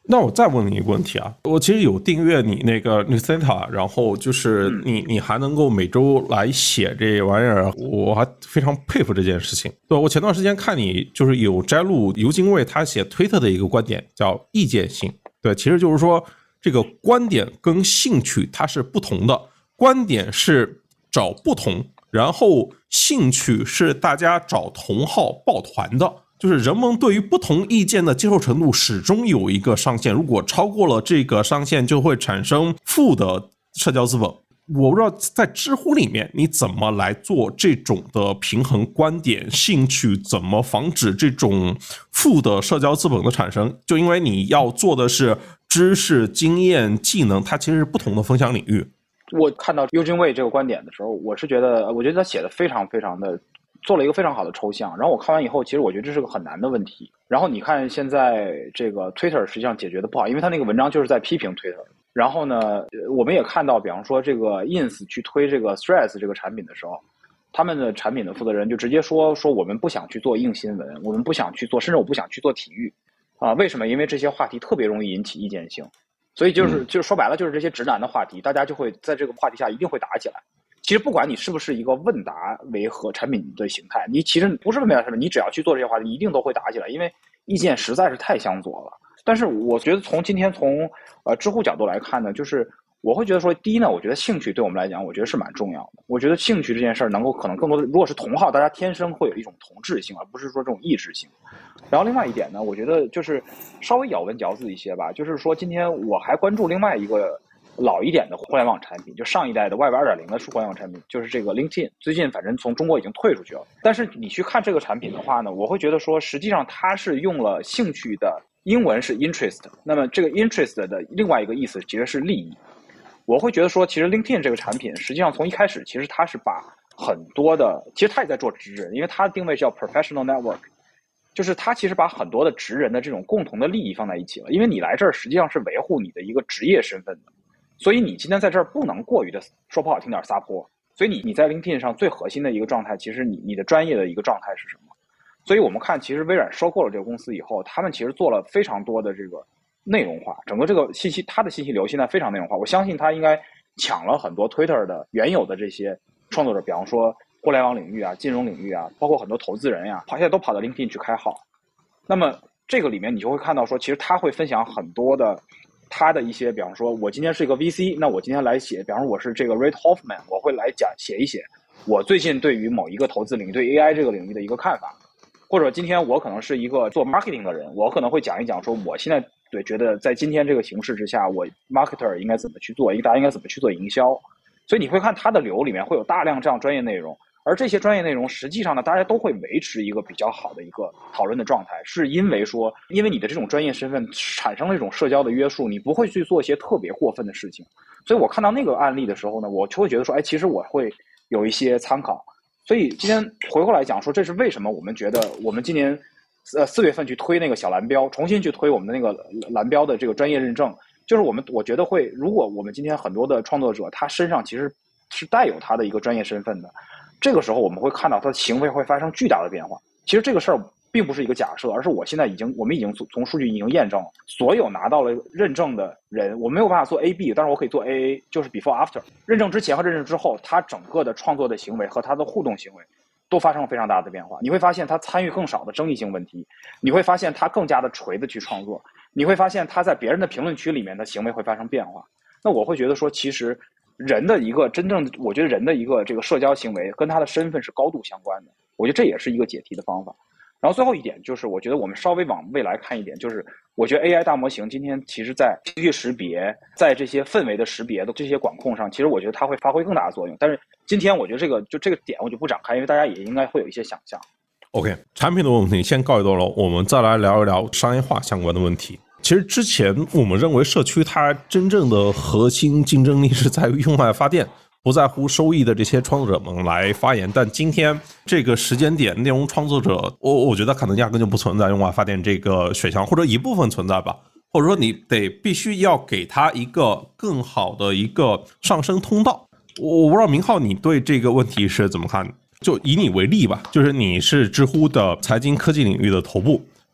那我再问你一个问题啊，我其实有订阅你那个 newsletter， 然后就是你你还能够每周来写这玩意儿，我还非常佩服这件事情。对，我前段时间看你就是有摘录尤金卫他写推特的一个观点，叫意见性。对，其实就是说这个观点跟兴趣它是不同的，观点是找不同，然后兴趣是大家找同好抱团的。就是人们对于不同意见的接受程度始终有一个上限，如果超过了这个上限，就会产生负的社交资本。我不知道在知乎里面你怎么来做这种的平衡，观点、兴趣，怎么防止这种负的社交资本的产生？就因为你要做的是知识、经验、技能，它其实是不同的分享领域。 我看到尤金卫这个观点的时候，我是觉得，我觉得他写的非常非常的。做了一个非常好的抽象，然后我看完以后，其实我觉得这是个很难的问题。然后你看现在这个 Twitter 实际上解决的不好，因为他那个文章就是在批评 Twitter。然后呢，我们也看到，比方说这个 Ins 去推这个 Threads 这个产品的时候，他们的产品的负责人就直接说说我们不想去做硬新闻，我们不想去做，甚至我不想去做体育啊？为什么？因为这些话题特别容易引起意见性，所以就是就是说白了，就是这些直男的话题，大家就会在这个话题下一定会打起来。其实不管你是不是一个问答为和产品的形态，你其实不是问答产品，你只要去做这些话题，一定都会打起来，因为意见实在是太相左了。但是我觉得从今天从呃知乎角度来看呢，就是我会觉得说，第一呢，我觉得兴趣对我们来讲，我觉得是蛮重要的。我觉得兴趣这件事儿能够可能更多的，如果是同好，大家天生会有一种同质性，而不是说这种异质性。然后另外一点呢，我觉得就是稍微咬文嚼字一些吧，就是说今天我还关注另外一个老一点的互联网产品，就上一代的 Web 二点零 的互联网产品，就是这个 LinkedIn。最近反正从中国已经退出去了。但是你去看这个产品的话呢，我会觉得说，实际上它是用了兴趣的英文是 interest， 那么这个 interest 的另外一个意思其实是利益。我会觉得说，其实 LinkedIn 这个产品，实际上从一开始，其实它是把很多的，其实它也在做职人，因为它的定位是叫 professional network， 就是它其实把很多的职人的这种共同的利益放在一起了。因为你来这儿实际上是维护你的一个职业身份的。所以你今天在这儿不能过于的说不好听点撒泼，所以你你在 LinkedIn 上最核心的一个状态，其实你你的专业的一个状态是什么？所以我们看，其实微软收购了这个公司以后，他们其实做了非常多的这个内容化，整个这个信息，它的信息流现在非常内容化。我相信它应该抢了很多 Twitter 的原有的这些创作者，比方说互联网领域啊、金融领域啊，包括很多投资人呀、啊，现在都跑到 LinkedIn 去开号。那么这个里面你就会看到说，其实他会分享很多的。他的一些，比方说，我今天是一个 V C， 那我今天来写，比方说我是这个 Reid Hoffman， 我会来讲写一写我最近对于某一个投资领域、对 A I 这个领域的一个看法，或者今天我可能是一个做 marketing 的人，我可能会讲一讲说，我现在对觉得在今天这个形势之下，我 marketer 应该怎么去做，大家应该怎么去做营销，所以你会看他的流里面会有大量这样专业内容。而这些专业内容实际上呢，大家都会维持一个比较好的一个讨论的状态，是因为说，因为你的这种专业身份产生了一种社交的约束，你不会去做一些特别过分的事情。所以我看到那个案例的时候呢，我就会觉得说，哎，其实我会有一些参考。所以今天回过来讲说，这是为什么我们觉得我们今年呃四月份去推那个小蓝标，重新去推我们的那个蓝标的这个专业认证，就是我们我觉得会，如果我们今天很多的创作者他身上其实是带有他的一个专业身份的。这个时候我们会看到他的行为会发生巨大的变化。其实这个事儿并不是一个假设，而是我现在已经我们已经从数据已经验证了，所有拿到了认证的人，我没有办法做 A B， 但是我可以做 A A， 就是 before after， 认证之前和认证之后，他整个的创作的行为和他的互动行为都发生了非常大的变化。你会发现他参与更少的争议性问题，你会发现他更加的锤的去创作，你会发现他在别人的评论区里面的行为会发生变化。那我会觉得说，其实人的一个真正的，我觉得人的一个这个社交行为跟他的身份是高度相关的，我觉得这也是一个解题的方法。然后最后一点就是，我觉得我们稍微往未来看一点，就是我觉得 A I 大模型今天其实在情绪识别，在这些氛围的识别的这些管控上，其实我觉得它会发挥更大的作用。但是今天我觉得这个就这个点我就不展开，因为大家也应该会有一些想象。 OK， 产品的问题先告一段落，我们再来聊一聊商业化相关的问题。其实之前我们认为社区它真正的核心竞争力是在于用爱发电，不在乎收益的这些创作者们来发言。但今天这个时间点，内容创作者，我我觉得可能压根就不存在用爱发电这个选项，或者一部分存在吧，或者说你得必须要给他一个更好的一个上升通道。我不知道明浩你对这个问题是怎么看的？就以你为例吧，就是你是知乎的财经科技领域的头部。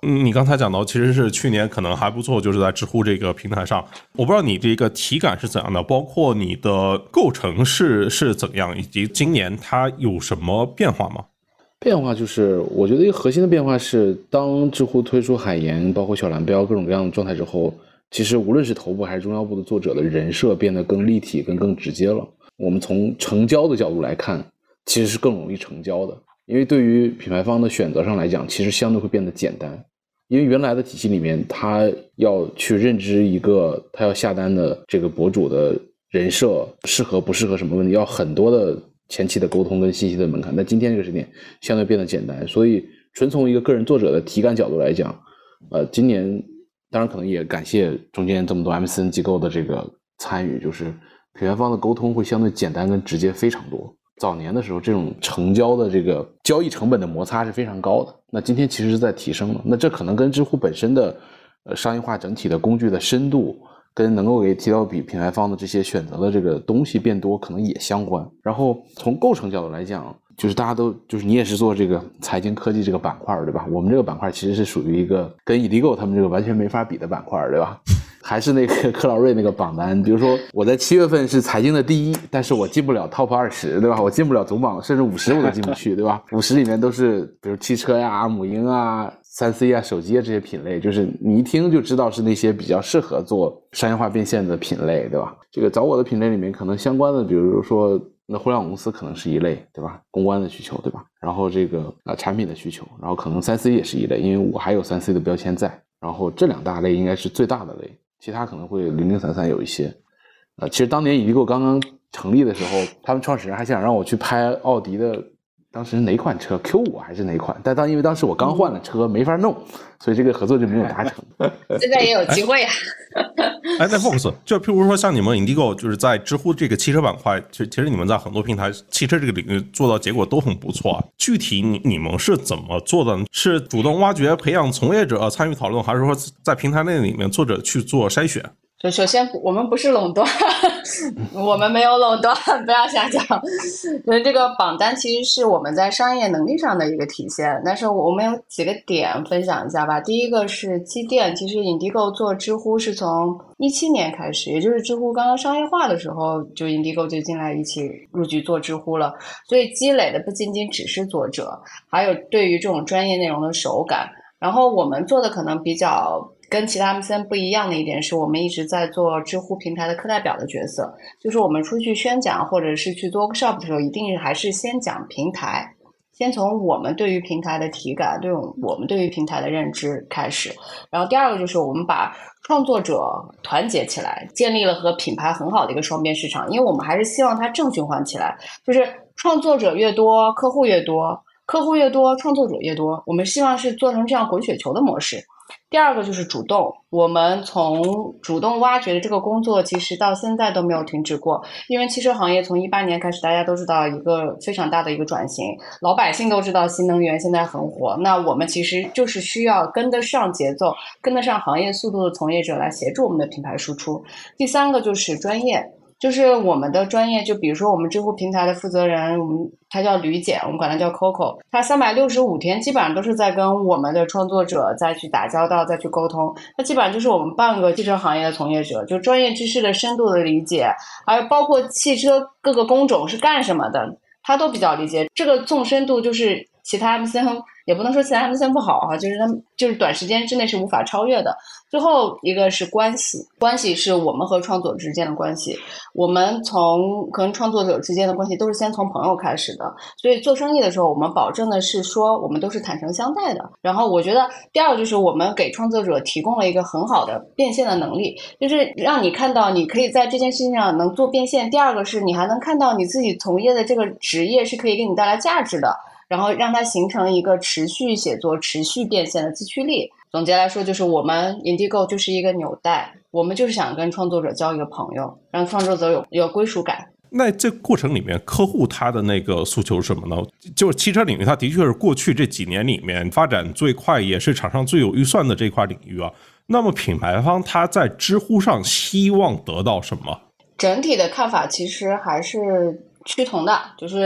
你刚才讲到，其实是去年可能还不错，就是在知乎这个平台上，我不知道你这个体感是怎样的，包括你的构成是是怎样，以及今年它有什么变化吗？ 变化就是，我觉得一个核心的变化是，当知乎推出海盐，包括小蓝标各种各样的状态之后，其实无论是头部还是中腰部的作者的人设变得更立体、更更直接了。我们从成交的角度来看，其实是更容易成交的，因为对于品牌方的选择上来讲，其实相对会变得简单。因为原来的体系里面，他要去认知一个他要下单的这个博主的人设适合不适合什么问题，要很多的前期的沟通跟信息的门槛，但今天这个时间相对变得简单，所以纯从一个个人作者的体感角度来讲，呃，今年当然可能也感谢中间这么多 M C N 机构的这个参与，就是品牌方的沟通会相对简单跟直接非常多。早年的时候，这种成交的这个交易成本的摩擦是非常高的，那今天其实是在提升了，那这可能跟知乎本身的呃商业化整体的工具的深度，跟能够给提到比品牌方的这些选择的这个东西变多可能也相关。然后从构成角度来讲，就是大家都就是你也是做这个财经科技这个板块对吧，我们这个板块其实是属于一个跟 Indigo 他们这个完全没法比的板块对吧，还是那个克劳瑞那个榜单，比如说我在七月份是财经的第一，但是我进不了 top 二十对吧，我进不了总榜，甚至五十我都进不去对吧，五十里面都是比如汽车呀、母婴啊、三 C 啊、手机啊这些品类，就是你一听就知道是那些比较适合做商业化变现的品类对吧。这个找我的品类里面可能相关的，比如说那互联网公司可能是一类对吧，公关的需求对吧，然后这个呃产品的需求，然后可能三 C 也是一类，因为我还有三 C 的标签在，然后这两大类应该是最大的类，其他可能会零零散散有一些。呃，其实当年Indigo刚刚成立的时候，他们创始人还想让我去拍奥迪的，当时哪款车 Q 五 还是哪款，但当因为当时我刚换了车没法弄，所以这个合作就没有达成。 现在也有机会呀、啊。 哎，那 Fox 就譬如说像你们 Indigo 就是在知乎这个汽车板块，其实其实你们在很多平台汽车这个领域做到结果都很不错啊。具体你你们是怎么做的？是主动挖掘培养从业者参与讨论，还是说在平台内里面作者去做筛选？ 就首先我们不是垄断，我们没有垄断，不要瞎讲。这个榜单其实是我们在商业能力上的一个体现，但是我们有几个点分享一下吧。第一个是积淀，其实 Indigo 做知乎是从一七年开始，也就是知乎刚刚商业化的时候，就 Indigo 就进来一起入局做知乎了，所以积累的不仅仅只是作者，还有对于这种专业内容的手感。然后我们做的可能比较跟其他 M C N 不一样的一点是，我们一直在做知乎平台的课代表的角色，就是我们出去宣讲或者是去做 workshop 的时候，一定还是先讲平台，先从我们对于平台的体感，对我们对于平台的认知开始。然后第二个就是我们把创作者团结起来，建立了和品牌很好的一个双边市场，因为我们还是希望它正循环起来，就是创作者越多，客户越多，客户越多，创作者越多，我们希望是做成这样滚雪球的模式。第二个就是主动，我们从主动挖掘的这个工作其实到现在都没有停止过，因为汽车行业从一八年开始大家都知道一个非常大的一个转型，老百姓都知道新能源现在很火，那我们其实就是需要跟得上节奏，跟得上行业速度的从业者来协助我们的品牌输出。第三个就是专业，就是我们的专业，就比如说我们知乎平台的负责人，我们他叫吕姐，我们管他叫 Coco， 他三百六十五天基本上都是在跟我们的创作者再去打交道，再去沟通，他基本上就是我们半个汽车行业的从业者，就专业知识的深度的理解，还有包括汽车各个工种是干什么的，他都比较理解。这个纵深度就是其他 M C N 也不能说其他 M C N 不好啊，就是他们就是短时间之内是无法超越的。最后一个是关系，关系是我们和创作者之间的关系，我们从跟创作者之间的关系都是先从朋友开始的，所以做生意的时候我们保证的是说我们都是坦诚相待的。然后我觉得第二个就是我们给创作者提供了一个很好的变现的能力，就是让你看到你可以在这件事情上能做变现，第二个是你还能看到你自己从业的这个职业是可以给你带来价值的，然后让它形成一个持续写作持续变现的自驱力。总结来说就是我们 Indigo 就是一个纽带，我们就是想跟创作者交一个朋友，让创作者有有归属感。 那这过程里面客户他的那个诉求是什么呢？就是汽车领域它的确是过去这几年里面发展最快也是厂商最有预算的这块领域啊。那么品牌方他在知乎上希望得到什么？ 整体的看法其实还是趋同的，就是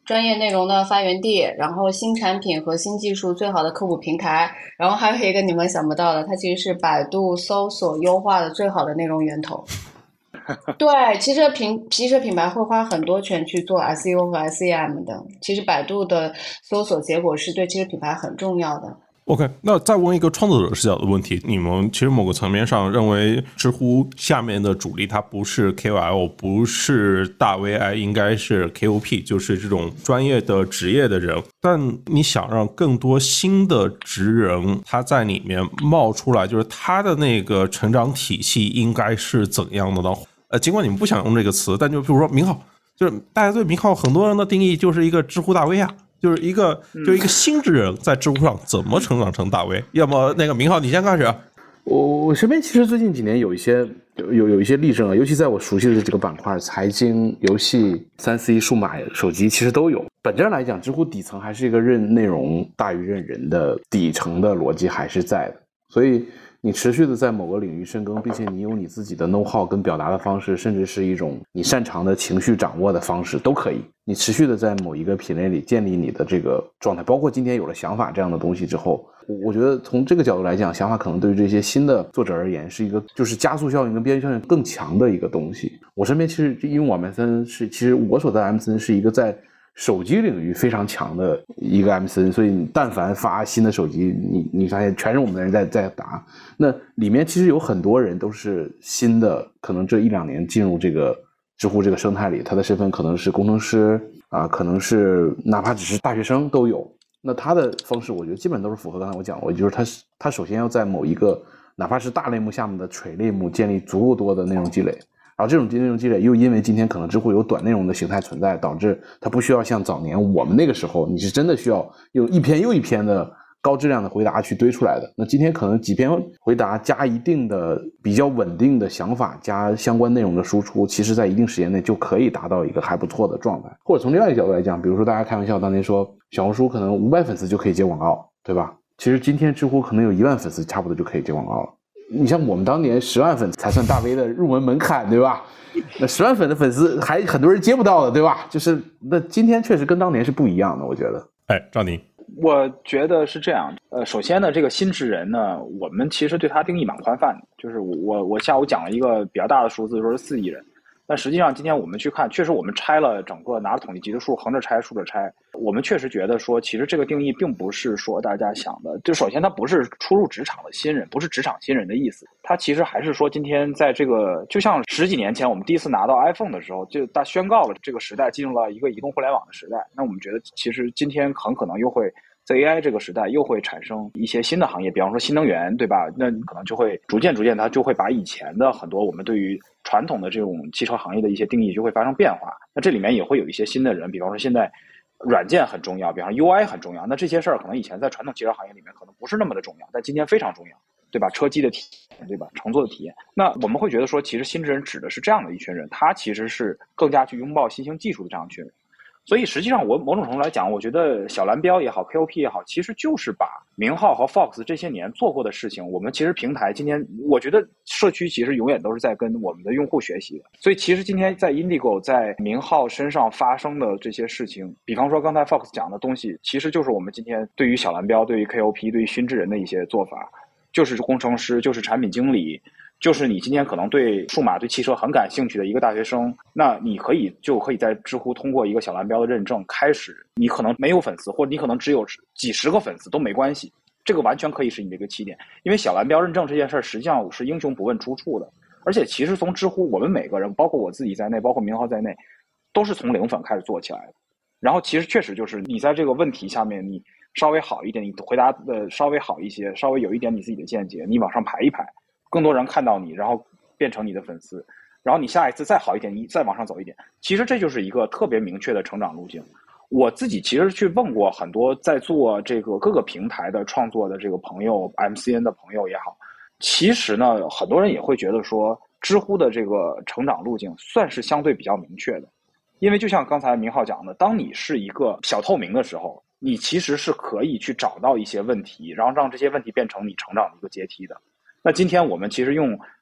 专业内容的发源地，然后新产品和新技术最好的科普平台，然后还有一个你们想不到的，它其实是百度搜索优化的最好的内容源头。对，其实品其实品牌会花很多钱去做 S E O 和 S E M 的，其实百度的搜索结果是对其实品牌很重要的。 OK， 那再问一个创作者视角的问题，你们其实某个层面上认为知乎下面的主力它不是 K O L， 不是大 V I， 应该是 K O P， 就是这种专业的职业的人，但你想让更多新的职人他在里面冒出来，就是他的那个成长体系应该是怎样的呢？呃，尽管你们不想用这个词，但就比如说名号，就是大家对名号很多人的定义就是一个知乎大 V 啊，就是一个就是一个新职人在知乎上怎么成长成大 V。要么那个名号你先开始。 我我身边其实最近几年有一些有有有一些例证啊，尤其在我熟悉的这个板块，财经、游戏、三 C、数码、手机，其实都有。本质上来讲，知乎底层还是一个认内容大于认人的底层的逻辑还是在的，所以你持续的在某个领域深耕，并且你有你自己的 know how 跟表达的方式，甚至是一种你擅长的情绪掌握的方式都可以。你持续的在某一个品类里建立你的这个状态，包括今天有了想法这样的东西之后，我觉得从这个角度来讲，想法可能对于这些新的作者而言是一个就是加速效应跟边缘效应更强的一个东西。我身边其实因为我们 M C N 是其实我所在的 M C N 是一个在手机领域非常强的一个 M C N， 所以你但凡发新的手机，你你发现全是我们的人在在打。那里面其实有很多人都是新的，可能这一两年进入这个知乎这个生态里，他的身份可能是工程师啊，可能是哪怕只是大学生都有。那他的方式，我觉得基本都是符合刚才我讲过，就是他他首先要在某一个哪怕是大类目下面的垂类目建立足够多的内容积累。然后这种内容积累又因为今天可能知乎有短内容的形态存在，导致它不需要像早年我们那个时候，你是真的需要有一篇又一篇的高质量的回答去堆出来的。那今天可能几篇回答加一定的比较稳定的想法加相关内容的输出，其实在一定时间内就可以达到一个还不错的状态。或者从另外一个角度来讲，比如说大家开玩笑当年说小红书可能五百粉丝就可以接广告，对吧？其实今天知乎可能有一万粉丝差不多就可以接广告了。你像我们当年十万粉才算大 V 的入门门槛，对吧？那十万粉的粉丝还很多人接不到的，对吧？就是那今天确实跟当年是不一样的，我觉得。 哎，赵宁， 我觉得是这样。呃，首先呢，这个新职人呢，我们其实对他定义蛮宽泛的。就是我我下午讲了一个比较大的数字，说是四亿人。但实际上今天我们去看，确实我们拆了整个拿了统计集的数，横着拆竖着拆，我们确实觉得说，其实这个定义并不是说大家想的。就首先它不是初入职场的新人，不是职场新人的意思，它其实还是说今天在这个就像十几年前我们第一次拿到 iPhone 的时候，就大宣告了这个时代进入了一个移动互联网的时代。那我们觉得其实今天很可能又会在 A I 这个时代又会产生一些新的行业，比方说新能源，对吧？那可能就会逐渐逐渐它就会把以前的很多我们对于传统的这种汽车行业的一些定义就会发生变化。那这里面也会有一些新的人，比方说现在软件很重要，比方说 U I 很重要。那这些事儿可能以前在传统汽车行业里面可能不是那么的重要，但今天非常重要，对吧？车机的体验，对吧？乘坐的体验。那我们会觉得说，其实新职人指的是这样的一群人，他其实是更加去拥抱新兴技术的这样一群人。所以实际上我某种程度来讲，我觉得小蓝标也好 K O P 也好，其实就是把名号和 Fox 这些年做过的事情，我们其实平台今天我觉得社区其实永远都是在跟我们的用户学习的。所以其实今天在 Indigo 在名号身上发生的这些事情，比方说刚才 Fox 讲的东西，其实就是我们今天对于小蓝标、对于 K O P、对于新智人的一些做法，就是工程师，就是产品经理，就是你今天可能对数码对汽车很感兴趣的一个大学生，那你可以就可以在知乎通过一个小蓝标的认证开始，你可能没有粉丝，或者你可能只有几十个粉丝都没关系，这个完全可以是你的一个起点。因为小蓝标认证这件事实际上是英雄不问出处的，而且其实从知乎我们每个人，包括我自己在内，包括名号在内，都是从零粉开始做起来的。然后其实确实就是你在这个问题下面你稍微好一点，你回答的稍微好一些，稍微有一点你自己的见解，你往上排一排，更多人看到你，然后变成你的粉丝，然后你下一次再好一点，你再往上走一点，其实这就是一个特别明确的成长路径。我自己其实去问过很多在做这个各个平台的创作的这个朋友 M C N 的朋友也好，其实呢很多人也会觉得说知乎的这个成长路径算是相对比较明确的。因为就像刚才明浩讲的，当你是一个小透明的时候，你其实是可以去找到一些问题，然后让这些问题变成你成长的一个阶梯的。那今天我们其实用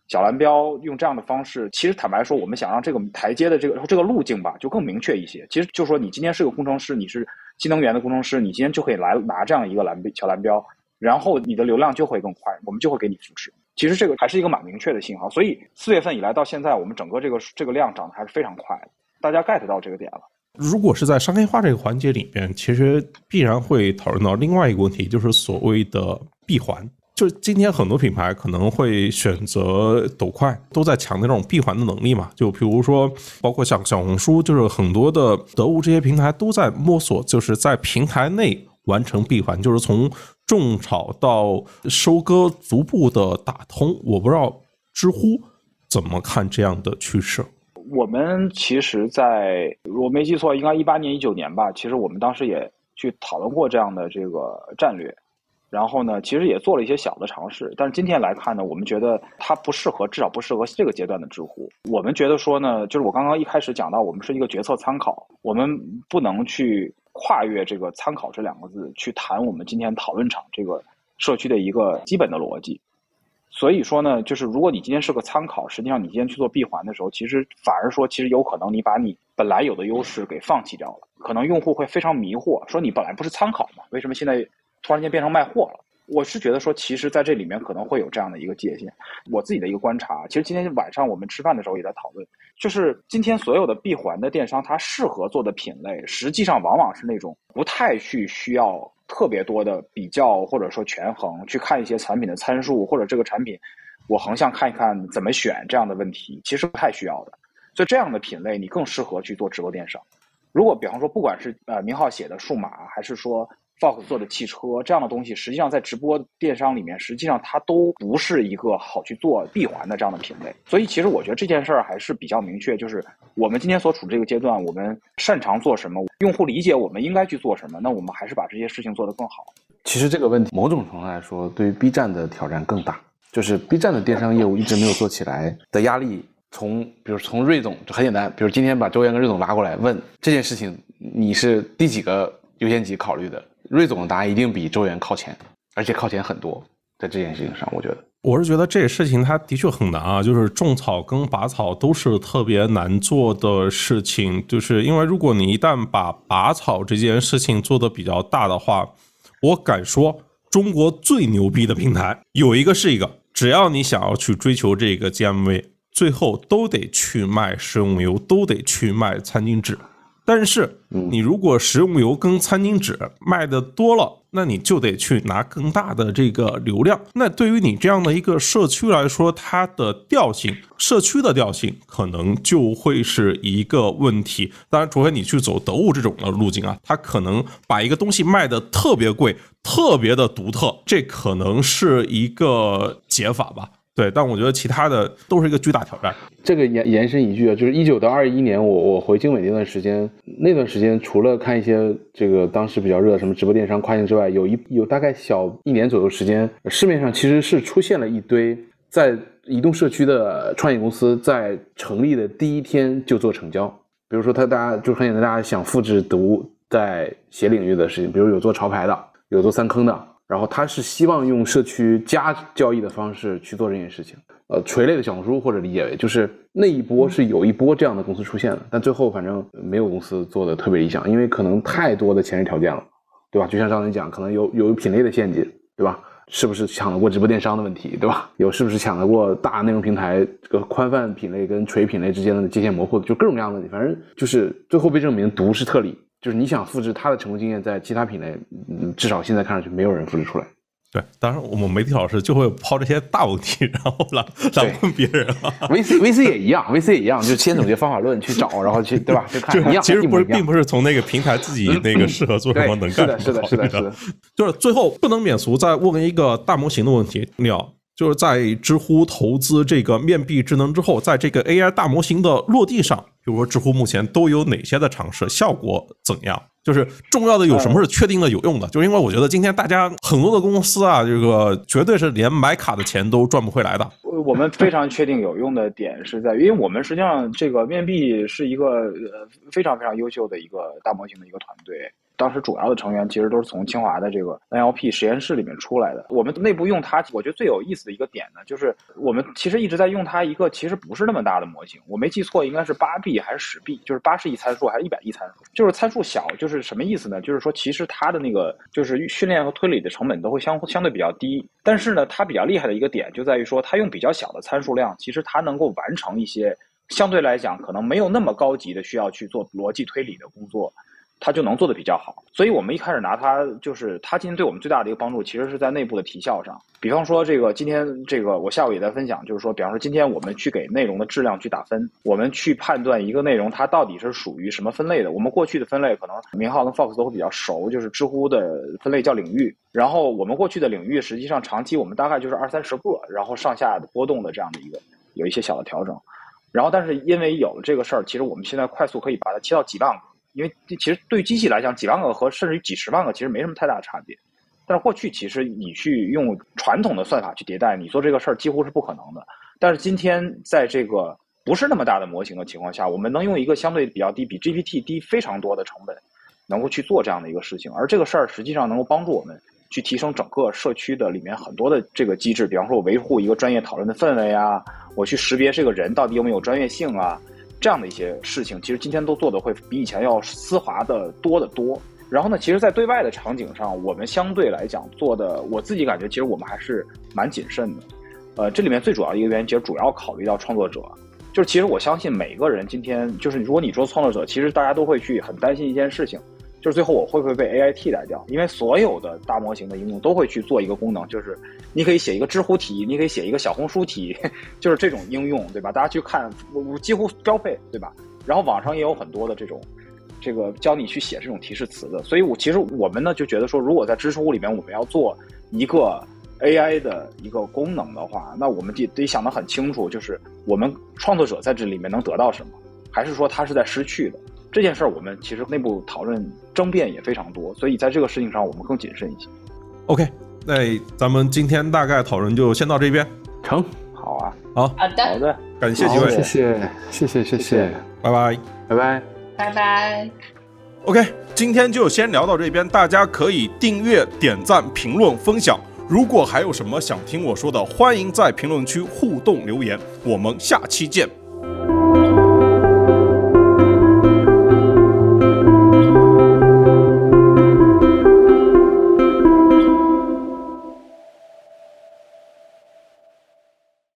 小蓝标用这样的方式，其实坦白说，我们想让这个台阶的这个这个路径吧，就更明确一些。其实就是说，你今天是个工程师，你是新能源的工程师，你今天就可以来拿这样一个蓝小蓝标，然后你的流量就会更快，我们就会给你扶持。其实这个还是一个蛮明确的信号。所以四月份以来到现在，我们整个这个这个量涨得还是非常快的，大家 get 到这个点了。 如果是在商业化这个环节里面，其实必然会讨论到另外一个问题，就是所谓的闭环。就是今天很多品牌可能会选择抖快，都在抢那种闭环的能力嘛。就比如说，包括像小红书，就是很多的得物这些平台都在摸索，就是在平台内完成闭环，就是从种草到收割逐步的打通。我不知道知乎怎么看这样的趋势。 我们其实在我没记错应该一八年一九年吧，其实我们当时也去讨论过这样的这个战略，然后呢其实也做了一些小的尝试，但是今天来看呢，我们觉得它不适合，至少不适合这个阶段的知乎。我们觉得说呢，就是我刚刚一开始讲到，我们是一个决策参考，我们不能去跨越这个参考这两个字去谈我们今天讨论场这个社区的一个基本的逻辑。所以说呢，就是如果你今天是个参考，实际上你今天去做闭环的时候，其实反而说，其实有可能你把你本来有的优势给放弃掉了，可能用户会非常迷惑，说你本来不是参考嘛，为什么现在突然间变成卖货了？我是觉得说，其实在这里面可能会有这样的一个界限。我自己的一个观察，其实今天晚上我们吃饭的时候也在讨论，就是今天所有的闭环的电商，它适合做的品类，实际上往往是那种不太去需要特别多的比较或者说权衡，去看一些产品的参数，或者这个产品我横向看一看怎么选这样的问题，其实不太需要的。所以这样的品类你更适合去做直播电商。如果比方说不管是呃明浩写的数码，还是说 Fox 做的汽车，这样的东西实际上在直播电商里面，实际上它都不是一个好去做闭环的这样的品类。所以其实我觉得这件事儿还是比较明确，就是我们今天所处这个阶段，我们擅长做什么，用户理解我们应该去做什么，那我们还是把这些事情做得更好。 其实这个问题某种程度来说，对于 B 站的挑战更大，就是 B 站的电商业务一直没有做起来的压力，从比如从瑞总就很简单，比如今天把周岩跟瑞总拉过来问这件事情，你是第几个优先级考虑的？瑞总的答案一定比周岩靠前，而且靠前很多。在这件事情上，我觉得我是觉得这个事情它的确很难啊，就是种草跟拔草都是特别难做的事情，就是因为如果你一旦把拔草这件事情做得比较大的话，我敢说中国最牛逼的平台有一个是一个，只要你想要去追求这个 G M V， 最后都得去卖食用油，都得去卖餐巾纸。但是你如果食用油跟餐巾纸卖的多了，那你就得去拿更大的这个流量。那对于你这样的一个社区来说，它的调性，社区的调性可能就会是一个问题。当然，除非你去走得物这种的路径啊，它可能把一个东西卖的特别贵，特别的独特，这可能是一个解法吧。对，但我觉得其他的都是一个巨大挑战。 这个延延伸一句啊，就是一九到二一年，我我回经纬那段时间，那段时间除了看一些这个当时比较热什么直播电商跨境之外，有一有大概小一年左右时间，市面上其实是出现了一堆在移动社区的创业公司，在成立的第一天就做成交。比如说，他大家就很简单，大家想复制得物在鞋领域的事情，比如有做潮牌的，有做三坑的。然后他是希望用社区加交易的方式去做这件事情，呃，垂类的小红书或者理解为就是那一波是有一波这样的公司出现了，但最后反正没有公司做的特别理想，因为可能太多的前置条件了，对吧？就像刚才讲，可能有有品类的陷阱，对吧？是不是抢得过直播电商的问题，对吧？有是不是抢得过大内容平台这个宽泛品类跟垂品类之间的界限模糊，就各种各样的问题，反正就是最后被证明独是特例。就是你想复制它的成功经验，在其他品类，嗯，至少现在看上去没有人复制出来。 对，当然我们媒体老师就会抛这些大问题，然后来来问别人了。 V C V C 也一样 ，V C 也一样，就先总结方法论去找，然后去对吧？去看一样。 其实不是，并不是从那个平台自己那个适合做什么能干什么。 是的，是的，是的，是的。 就是最后不能免俗，再问一个大模型的问题，廖。就是在知乎投资这个面壁智能之后，在这个 A I 大模型的落地上，比如说知乎目前都有哪些的尝试，效果怎样？就是重要的有什么是确定的有用的？就是因为我觉得今天大家很多的公司啊，这个绝对是连买卡的钱都赚不回来的。 我们非常确定有用的点是在于，因为我们实际上这个面壁是一个呃非常非常优秀的一个大模型的一个团队。 当时主要的成员其实都是从清华的这个 N L P 实验室里面出来的。我们内部用它，我觉得最有意思的一个点呢，就是我们其实一直在用它一个其实不是那么大的模型，我没记错应该是八 B 还是十 B， 就是八十亿参数还是一百亿参数，就是参数小，就是什么意思呢？就是说其实它的那个就是训练和推理的成本都会相相对比较低，但是呢，它比较厉害的一个点就在于说，它用比较小的参数量，其实它能够完成一些相对来讲可能没有那么高级的需要去做逻辑推理的工作。它就能做得比较好，所以我们一开始拿它，就是它今天对我们最大的一个帮助，其实是在内部的提效上。比方说，这个今天这个我下午也在分享，就是说，比方说今天我们去给内容的质量去打分，我们去判断一个内容它到底是属于什么分类的。我们过去的分类可能明浩跟 Fox 都会比较熟，就是知乎的分类叫领域，然后我们过去的领域实际上长期我们大概就是二三十个，然后上下的波动的这样的一个有一些小的调整，然后但是因为有了这个事儿，其实我们现在快速可以把它切到几万个。因为其实对于机器来讲，几万个和甚至于几十万个其实没什么太大的差别，但是过去其实你去用传统的算法去迭代，你做这个事儿几乎是不可能的。但是今天在这个不是那么大的模型的情况下，我们能用一个相对比较低，比 G P T 低非常多的成本，能够去做这样的一个事情，而这个事儿实际上能够帮助我们去提升整个社区的里面很多的这个机制，比方说我维护一个专业讨论的氛围啊，我去识别这个人到底有没有专业性啊。这样的一些事情，其实今天都做的会比以前要丝滑的多得多。然后呢，其实在对外的场景上，我们相对来讲做的，我自己感觉其实我们还是蛮谨慎的。呃，这里面最主要的一个原因，其实主要考虑到创作者，就是其实我相信每个人今天，就是如果你做创作者，其实大家都会去很担心一件事情，就是最后我会不会被 A I 替代掉？因为所有的大模型的应用都会去做一个功能，就是你可以写一个知乎题，你可以写一个小红书题，就是这种应用，对吧？大家去看，我几乎标配，对吧？然后网上也有很多的这种，这个教你去写这种提示词的。所以我其实我们呢就觉得说，如果在知乎里面我们要做一个 A I 的一个功能的话，那我们得得想得很清楚，就是我们创作者在这里面能得到什么，还是说他是在失去的？这件事儿我们其实内部讨论争辩也非常多，所以在这个事情上我们更谨慎一些。 OK， 那咱们今天大概讨论就先到这边。 成， 好啊， 好好的好的， 感谢几位， 谢谢谢谢谢谢， 拜拜拜拜拜拜。 OK， 今天就先聊到这边，大家可以订阅、点赞、评论、分享。如果还有什么想听我说的，欢迎在评论区互动留言。我们下期见。